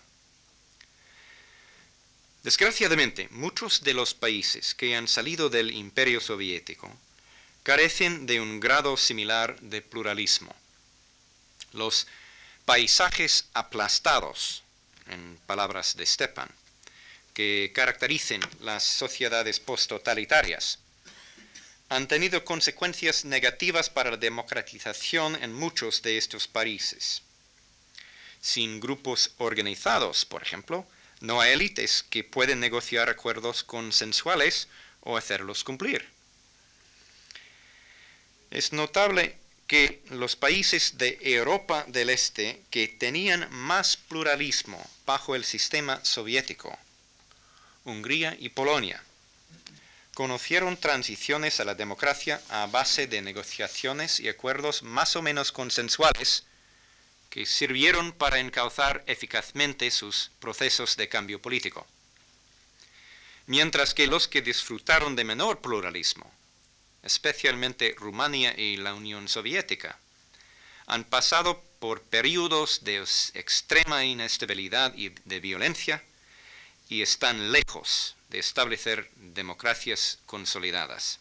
Desgraciadamente, muchos de los países que han salido del Imperio Soviético carecen de un grado similar de pluralismo. Los paisajes aplastados, en palabras de Stepan, que caracterizan las sociedades posttotalitarias, han tenido consecuencias negativas para la democratización en muchos de estos países. Sin grupos organizados, por ejemplo, no hay élites que pueden negociar acuerdos consensuales o hacerlos cumplir. Es notable que los países de Europa del Este que tenían más pluralismo bajo el sistema soviético, Hungría y Polonia, conocieron transiciones a la democracia a base de negociaciones y acuerdos más o menos consensuales que sirvieron para encauzar eficazmente sus procesos de cambio político. Mientras que los que disfrutaron de menor pluralismo, especialmente Rumania y la Unión Soviética, han pasado por periodos de extrema inestabilidad y de violencia y están lejos de establecer democracias consolidadas.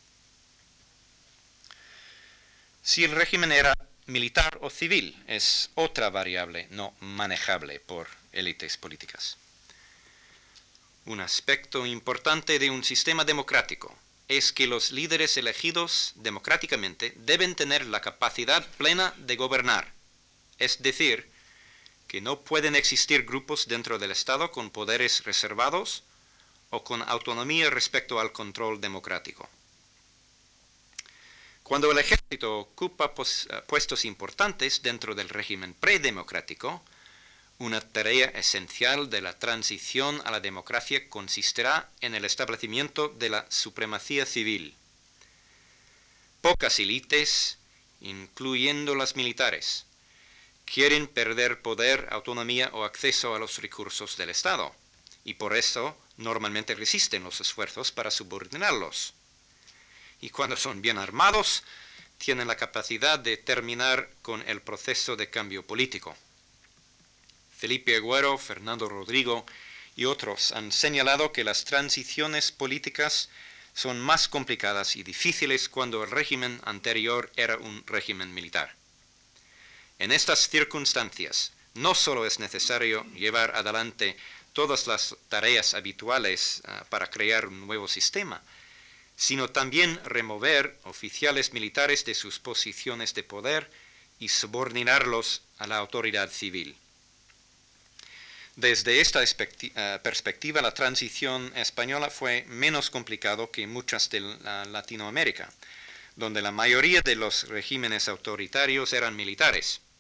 Si el régimen era militar o civil, es otra variable no manejable por élites políticas. Un aspecto importante de un sistema democrático es que los líderes elegidos democráticamente deben tener la capacidad plena de gobernar, es decir, que no pueden existir grupos dentro del Estado con poderes reservados o con autonomía respecto al control democrático. Cuando el ejército ocupa puestos importantes dentro del régimen predemocrático, una tarea esencial de la transición a la democracia consistirá en el establecimiento de la supremacía civil. Pocas élites, incluyendo las militares, quieren perder poder, autonomía o acceso a los recursos del Estado, y por eso normalmente resisten los esfuerzos para subordinarlos. Y cuando son bien armados, tienen la capacidad de terminar con el proceso de cambio político. Felipe Agüero, Fernando Rodrigo y otros han señalado que las transiciones políticas son más complicadas y difíciles cuando el régimen anterior era un régimen militar. En estas circunstancias, no solo es necesario llevar adelante todas las tareas habituales para crear un nuevo sistema, sino también remover oficiales militares de sus posiciones de poder y subordinarlos a la autoridad civil. Desde esta perspectiva, la transición española fue menos complicado que muchas de Latinoamérica, donde la mayoría de los regímenes autoritarios eran militares.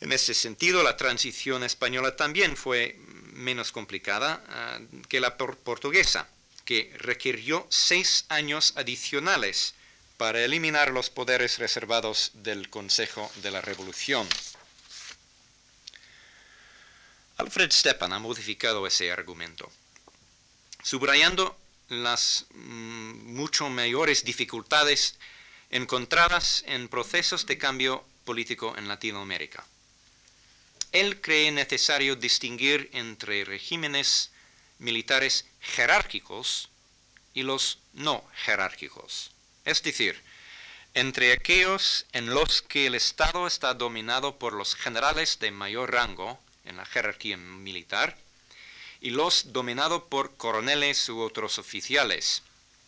En este sentido, la transición española también fue menos complicada que la portuguesa, que requirió 6 años adicionales para eliminar los poderes reservados del Consejo de la Revolución. Alfred Stepan ha modificado ese argumento, subrayando las mucho mayores dificultades encontradas en procesos de cambio político en Latinoamérica. Él cree necesario distinguir entre regímenes militares jerárquicos y los no jerárquicos, es decir, entre aquellos en los que el Estado está dominado por los generales de mayor rango en la jerarquía militar y los dominados por coroneles u otros oficiales.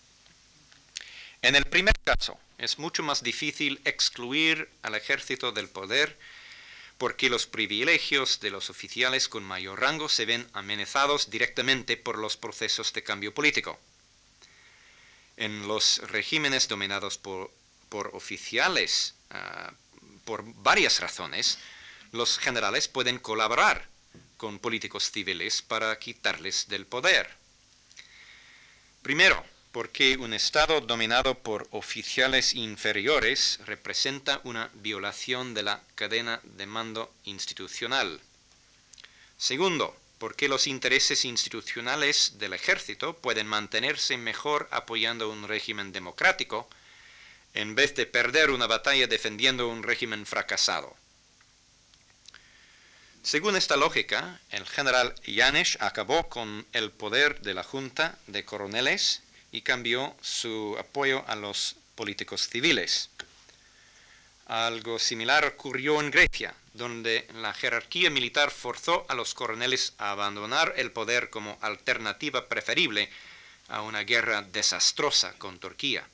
En el primer caso, es mucho más difícil excluir al ejército del poder porque los privilegios de los oficiales con mayor rango se ven amenazados directamente por los procesos de cambio político. En los regímenes dominados por oficiales, por varias razones, los generales pueden colaborar con políticos civiles para quitarles del poder. Primero, porque un Estado dominado por oficiales inferiores representa una violación de la cadena de mando institucional. Segundo, porque los intereses institucionales del ejército pueden mantenerse mejor apoyando un régimen democrático en vez de perder una batalla defendiendo un régimen fracasado. Según esta lógica, el general Yanesh acabó con el poder de la Junta de Coroneles y cambió su apoyo a los políticos civiles. Algo similar ocurrió en Grecia, donde la jerarquía militar forzó a los coroneles a abandonar el poder como alternativa preferible a una guerra desastrosa con Turquía.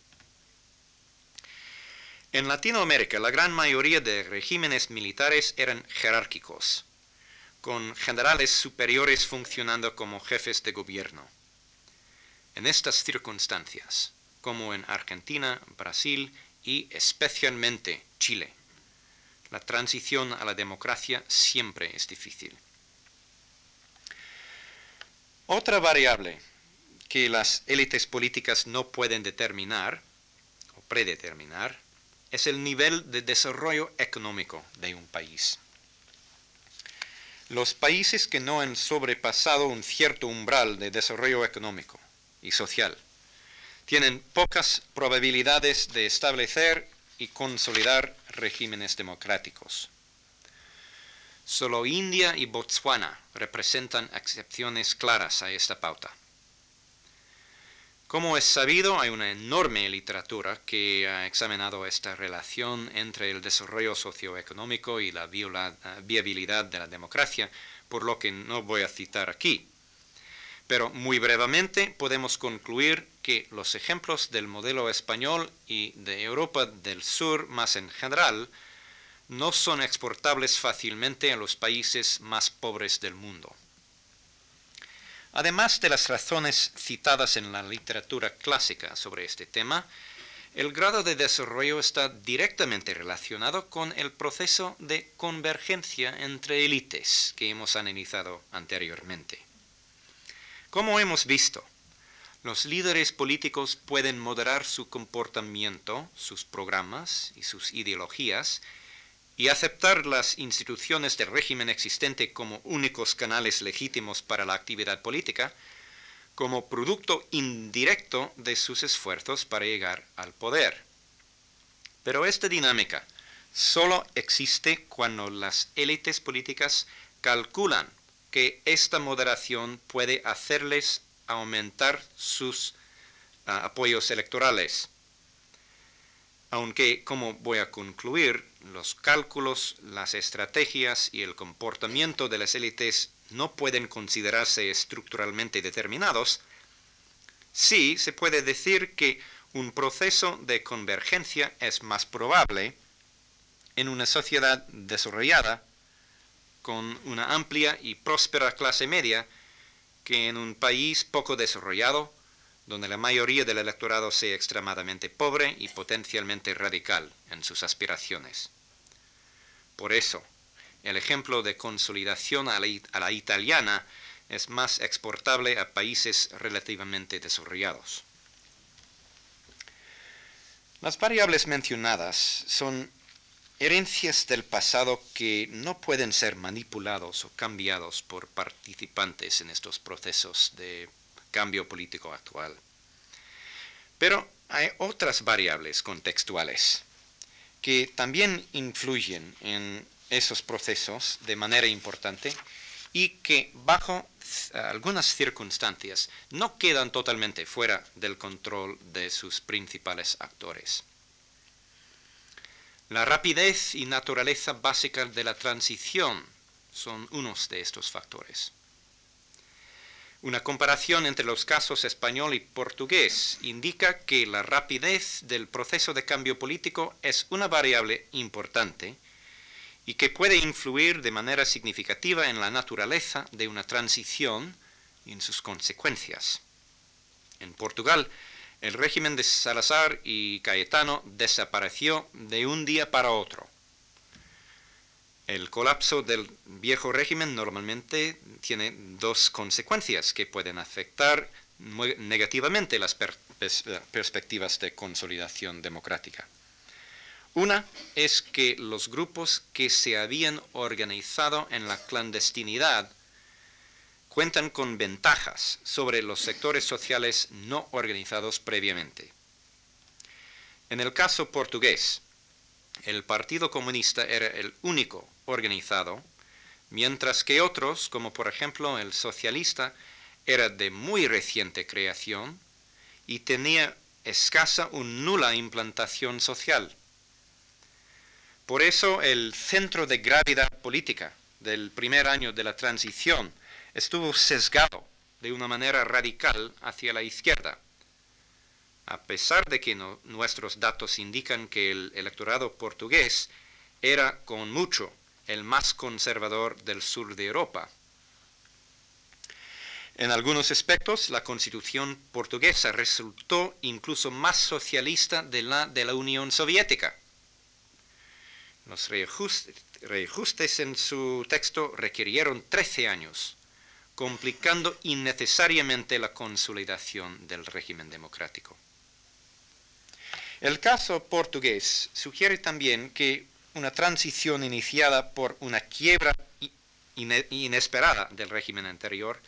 En Latinoamérica, la gran mayoría de regímenes militares eran jerárquicos, con generales superiores funcionando como jefes de gobierno. En estas circunstancias, como en Argentina, Brasil y especialmente Chile, la transición a la democracia siempre es difícil. Otra variable que las élites políticas no pueden determinar o predeterminar es el nivel de desarrollo económico de un país. Los países que no han sobrepasado un cierto umbral de desarrollo económico y social tienen pocas probabilidades de establecer y consolidar regímenes democráticos. Solo India y Botswana representan excepciones claras a esta pauta. Como es sabido, hay una enorme literatura que ha examinado esta relación entre el desarrollo socioeconómico y la viabilidad de la democracia, por lo que no voy a citar aquí. Pero muy brevemente podemos concluir que los ejemplos del modelo español y de Europa del Sur más en general no son exportables fácilmente a los países más pobres del mundo. Además de las razones citadas en la literatura clásica sobre este tema, el grado de desarrollo está directamente relacionado con el proceso de convergencia entre élites que hemos analizado anteriormente. Como hemos visto, los líderes políticos pueden moderar su comportamiento, sus programas y sus ideologías y aceptar las instituciones del régimen existente como únicos canales legítimos para la actividad política, como producto indirecto de sus esfuerzos para llegar al poder. Pero esta dinámica solo existe cuando las élites políticas calculan que esta moderación puede hacerles aumentar sus apoyos electorales. Aunque, como voy a concluir, los cálculos, las estrategias y el comportamiento de las élites no pueden considerarse estructuralmente determinados, sí se puede decir que un proceso de convergencia es más probable en una sociedad desarrollada con una amplia y próspera clase media que en un país poco desarrollado, donde la mayoría del electorado sea extremadamente pobre y potencialmente radical en sus aspiraciones. Por eso, el ejemplo de consolidación a la italiana es más exportable a países relativamente desarrollados. Las variables mencionadas son herencias del pasado que no pueden ser manipulados o cambiados por participantes en estos procesos de cambio político actual. Pero hay otras variables contextuales que también influyen en esos procesos de manera importante y que bajo algunas circunstancias no quedan totalmente fuera del control de sus principales actores. La rapidez y naturaleza básica de la transición son unos de estos factores. Una comparación entre los casos español y portugués indica que la rapidez del proceso de cambio político es una variable importante y que puede influir de manera significativa en la naturaleza de una transición y en sus consecuencias. En Portugal, el régimen de Salazar y Caetano desapareció de un día para otro. El colapso del viejo régimen normalmente tiene dos consecuencias que pueden afectar muy negativamente las perspectivas de consolidación democrática. Una es que los grupos que se habían organizado en la clandestinidad cuentan con ventajas sobre los sectores sociales no organizados previamente. En el caso portugués, el Partido Comunista era el único organizado, mientras que otros, como por ejemplo el socialista, era de muy reciente creación y tenía escasa o nula implantación social. Por eso el centro de gravedad política del primer año de la transición estuvo sesgado de una manera radical hacia la izquierda. A pesar de que nuestros datos indican que el electorado portugués era con mucho el más conservador del sur de Europa. En algunos aspectos, la Constitución portuguesa resultó incluso más socialista de la Unión Soviética. Los reajustes en su texto requirieron 13 años, complicando innecesariamente la consolidación del régimen democrático. El caso portugués sugiere también que una transición iniciada por una quiebra inesperada del régimen anterior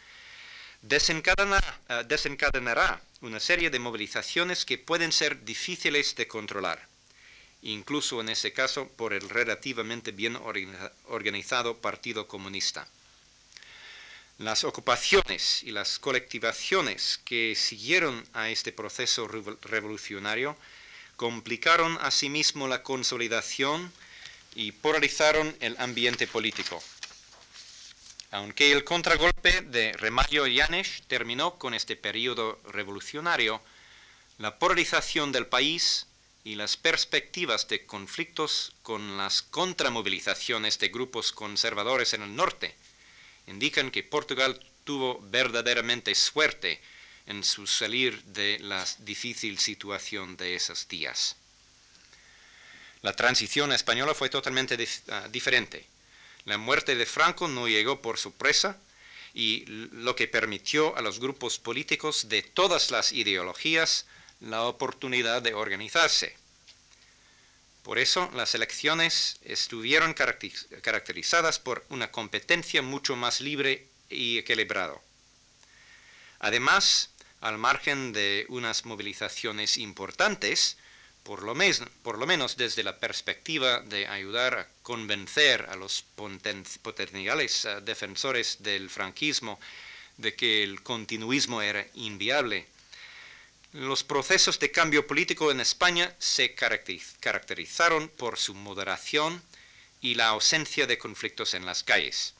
desencadenará una serie de movilizaciones que pueden ser difíciles de controlar, incluso en ese caso por el relativamente bien organizado Partido Comunista. Las ocupaciones y las colectivaciones que siguieron a este proceso revolucionario complicaron asimismo la consolidación y polarizaron el ambiente político. Aunque el contragolpe de Ramalho Yanes terminó con este periodo revolucionario, la polarización del país y las perspectivas de conflictos con las contramovilizaciones de grupos conservadores en el norte indican que Portugal tuvo verdaderamente suerte en su salir de la difícil situación de esos días. La transición española fue totalmente diferente. La muerte de Franco no llegó por sorpresa y lo que permitió a los grupos políticos de todas las ideologías la oportunidad de organizarse. Por eso las elecciones estuvieron caracterizadas por una competencia mucho más libre y equilibrada. Además, al margen de unas movilizaciones importantes, por lo menos desde la perspectiva de ayudar a convencer a los potenciales defensores del franquismo de que el continuismo era inviable, los procesos de cambio político en España se caracterizaron por su moderación y la ausencia de conflictos en las calles.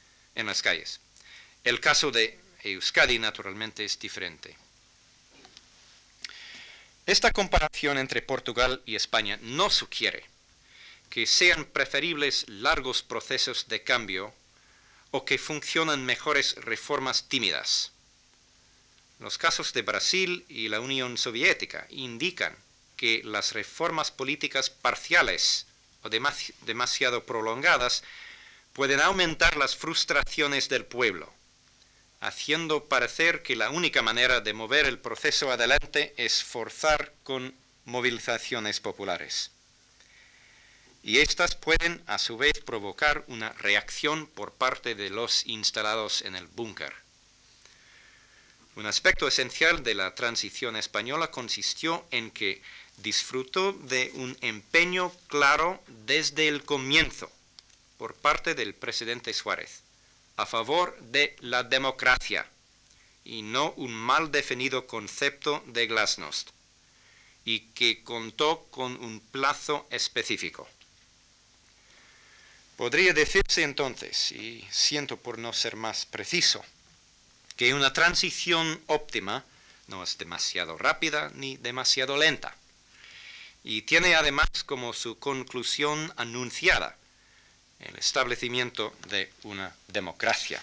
El caso de Euskadi, naturalmente, es diferente. Esta comparación entre Portugal y España no sugiere que sean preferibles largos procesos de cambio o que funcionan mejores reformas tímidas. Los casos de Brasil y la Unión Soviética indican que las reformas políticas parciales o demasiado prolongadas pueden aumentar las frustraciones del pueblo, haciendo parecer que la única manera de mover el proceso adelante es forzar con movilizaciones populares. Y estas pueden a su vez provocar una reacción por parte de los instalados en el búnker. Un aspecto esencial de la transición española consistió en que disfrutó de un empeño claro desde el comienzo por parte del presidente Suárez a favor de la democracia y no un mal definido concepto de glasnost, y que contó con un plazo específico. Podría decirse entonces, y siento por no ser más preciso, que una transición óptima no es demasiado rápida ni demasiado lenta, y tiene además como su conclusión anunciada el establecimiento de una democracia.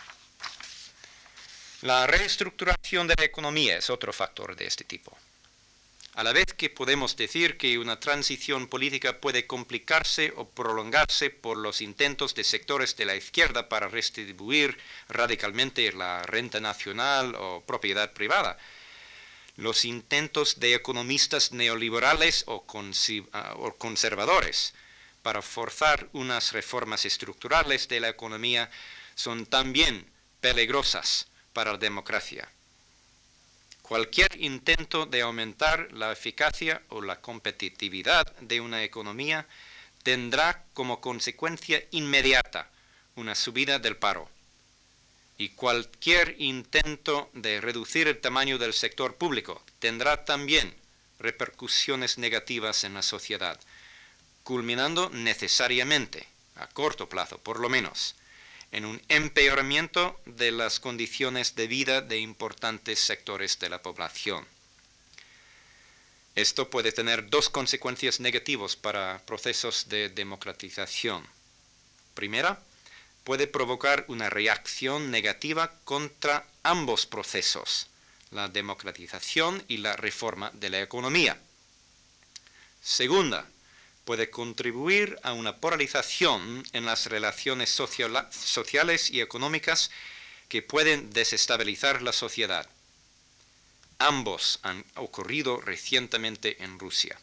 La reestructuración de la economía es otro factor de este tipo. A la vez que podemos decir que una transición política puede complicarse o prolongarse por los intentos de sectores de la izquierda para redistribuir radicalmente la renta nacional o propiedad privada, los intentos de economistas neoliberales o conservadores para forzar unas reformas estructurales de la economía son también peligrosas para la democracia. Cualquier intento de aumentar la eficacia o la competitividad de una economía tendrá como consecuencia inmediata una subida del paro. Y cualquier intento de reducir el tamaño del sector público tendrá también repercusiones negativas en la sociedad, culminando necesariamente, a corto plazo por lo menos, en un empeoramiento de las condiciones de vida de importantes sectores de la población. Esto puede tener dos consecuencias negativas para procesos de democratización. Primera, puede provocar una reacción negativa contra ambos procesos, la democratización y la reforma de la economía. Segunda, puede contribuir a una polarización en las relaciones sociales y económicas que pueden desestabilizar la sociedad. Ambos han ocurrido recientemente en Rusia.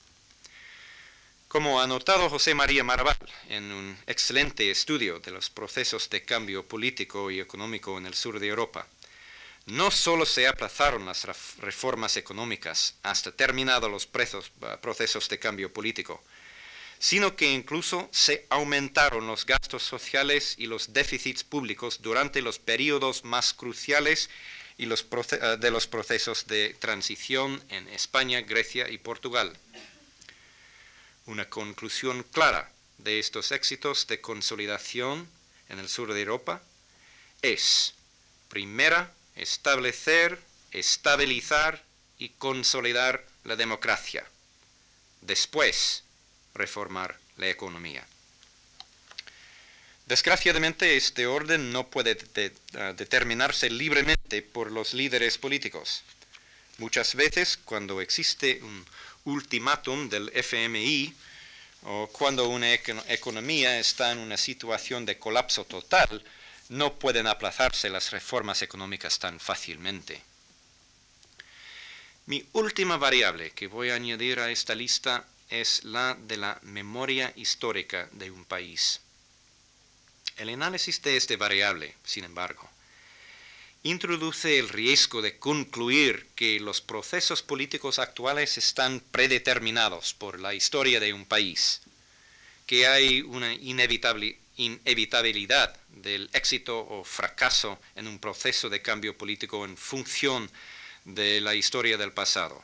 Como ha notado José María Marval en un excelente estudio de los procesos de cambio político y económico en el sur de Europa, no solo se aplazaron las reformas económicas hasta terminados los procesos de cambio político, sino que incluso se aumentaron los gastos sociales y los déficits públicos durante los periodos más cruciales de los procesos de transición en España, Grecia y Portugal. Una conclusión clara de estos éxitos de consolidación en el sur de Europa es, primera, establecer, estabilizar y consolidar la democracia. Después, reformar la economía. Desgraciadamente, este orden no puede determinarse libremente por los líderes políticos. Muchas veces, cuando existe un ultimátum del FMI o cuando una economía está en una situación de colapso total, no pueden aplazarse las reformas económicas tan fácilmente. Mi última variable que voy a añadir a esta lista es la de la memoria histórica de un país. El análisis de esta variable, sin embargo, introduce el riesgo de concluir que los procesos políticos actuales están predeterminados por la historia de un país, que hay una inevitabilidad del éxito o fracaso en un proceso de cambio político en función de la historia del pasado.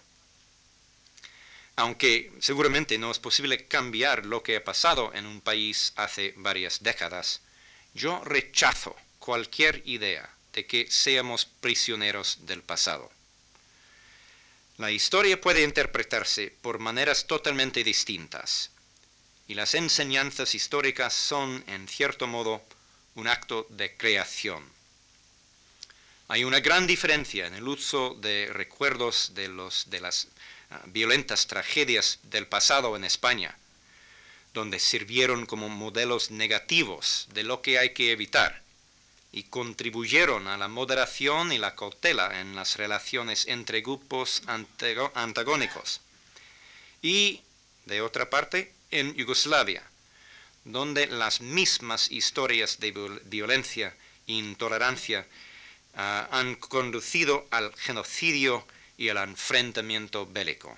Aunque seguramente no es posible cambiar lo que ha pasado en un país hace varias décadas, yo rechazo cualquier idea de que seamos prisioneros del pasado. La historia puede interpretarse por maneras totalmente distintas, y las enseñanzas históricas son, en cierto modo, un acto de creación. Hay una gran diferencia en el uso de recuerdos de las violentas tragedias del pasado en España, donde sirvieron como modelos negativos de lo que hay que evitar y contribuyeron a la moderación y la cautela en las relaciones entre grupos antagónicos. Y, de otra parte, en Yugoslavia, donde las mismas historias de violencia e intolerancia han conducido al genocidio y al enfrentamiento bélico.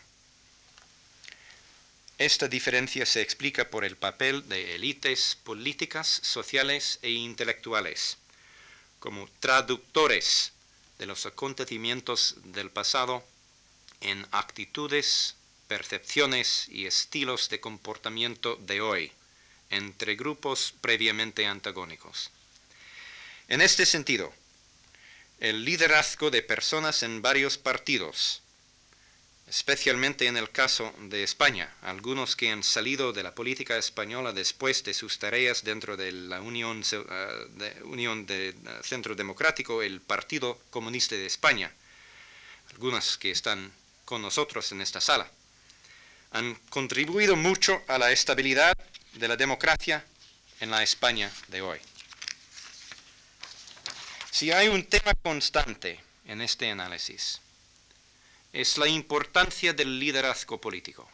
Esta diferencia se explica por el papel de élites políticas, sociales e intelectuales, como traductores de los acontecimientos del pasado en actitudes, percepciones y estilos de comportamiento de hoy, entre grupos previamente antagónicos. En este sentido, el liderazgo de personas en varios partidos, especialmente en el caso de España, algunos que han salido de la política española después de sus tareas dentro de la Unión de Centro Democrático, el Partido Comunista de España, algunos que están con nosotros en esta sala, han contribuido mucho a la estabilidad de la democracia en la España de hoy. Si hay un tema constante en este análisis, es la importancia del liderazgo político.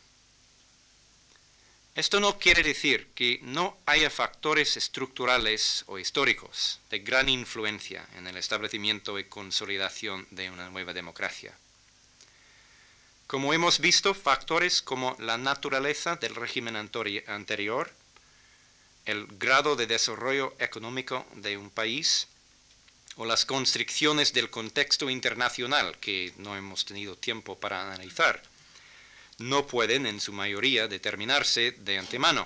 Esto no quiere decir que no haya factores estructurales o históricos de gran influencia en el establecimiento y consolidación de una nueva democracia. Como hemos visto, factores como la naturaleza del régimen anterior, el grado de desarrollo económico de un país, o las constricciones del contexto internacional que no hemos tenido tiempo para analizar, no pueden en su mayoría determinarse de antemano.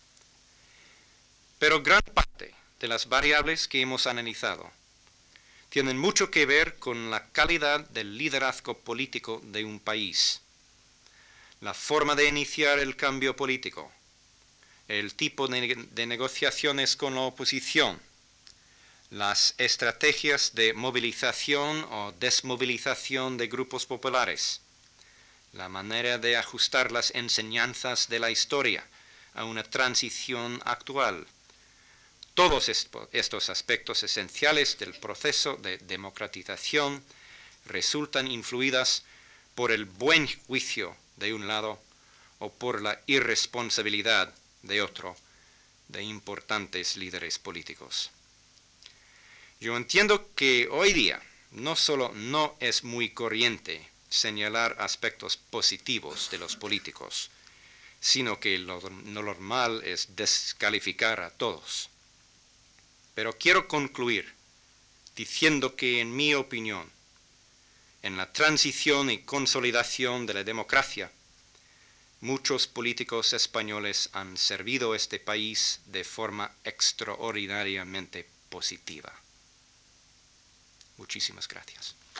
Pero gran parte de las variables que hemos analizado tienen mucho que ver con la calidad del liderazgo político de un país, la forma de iniciar el cambio político, el tipo de negociaciones con la oposición, las estrategias de movilización o desmovilización de grupos populares, la manera de ajustar las enseñanzas de la historia a una transición actual. Todos estos aspectos esenciales del proceso de democratización resultan influidas por el buen juicio de un lado o por la irresponsabilidad de otro, de importantes líderes políticos. Yo entiendo que hoy día no solo no es muy corriente señalar aspectos positivos de los políticos, sino que lo normal es descalificar a todos. Pero quiero concluir diciendo que, en mi opinión, en la transición y consolidación de la democracia, muchos políticos españoles han servido a este país de forma extraordinariamente positiva. Muchísimas gracias.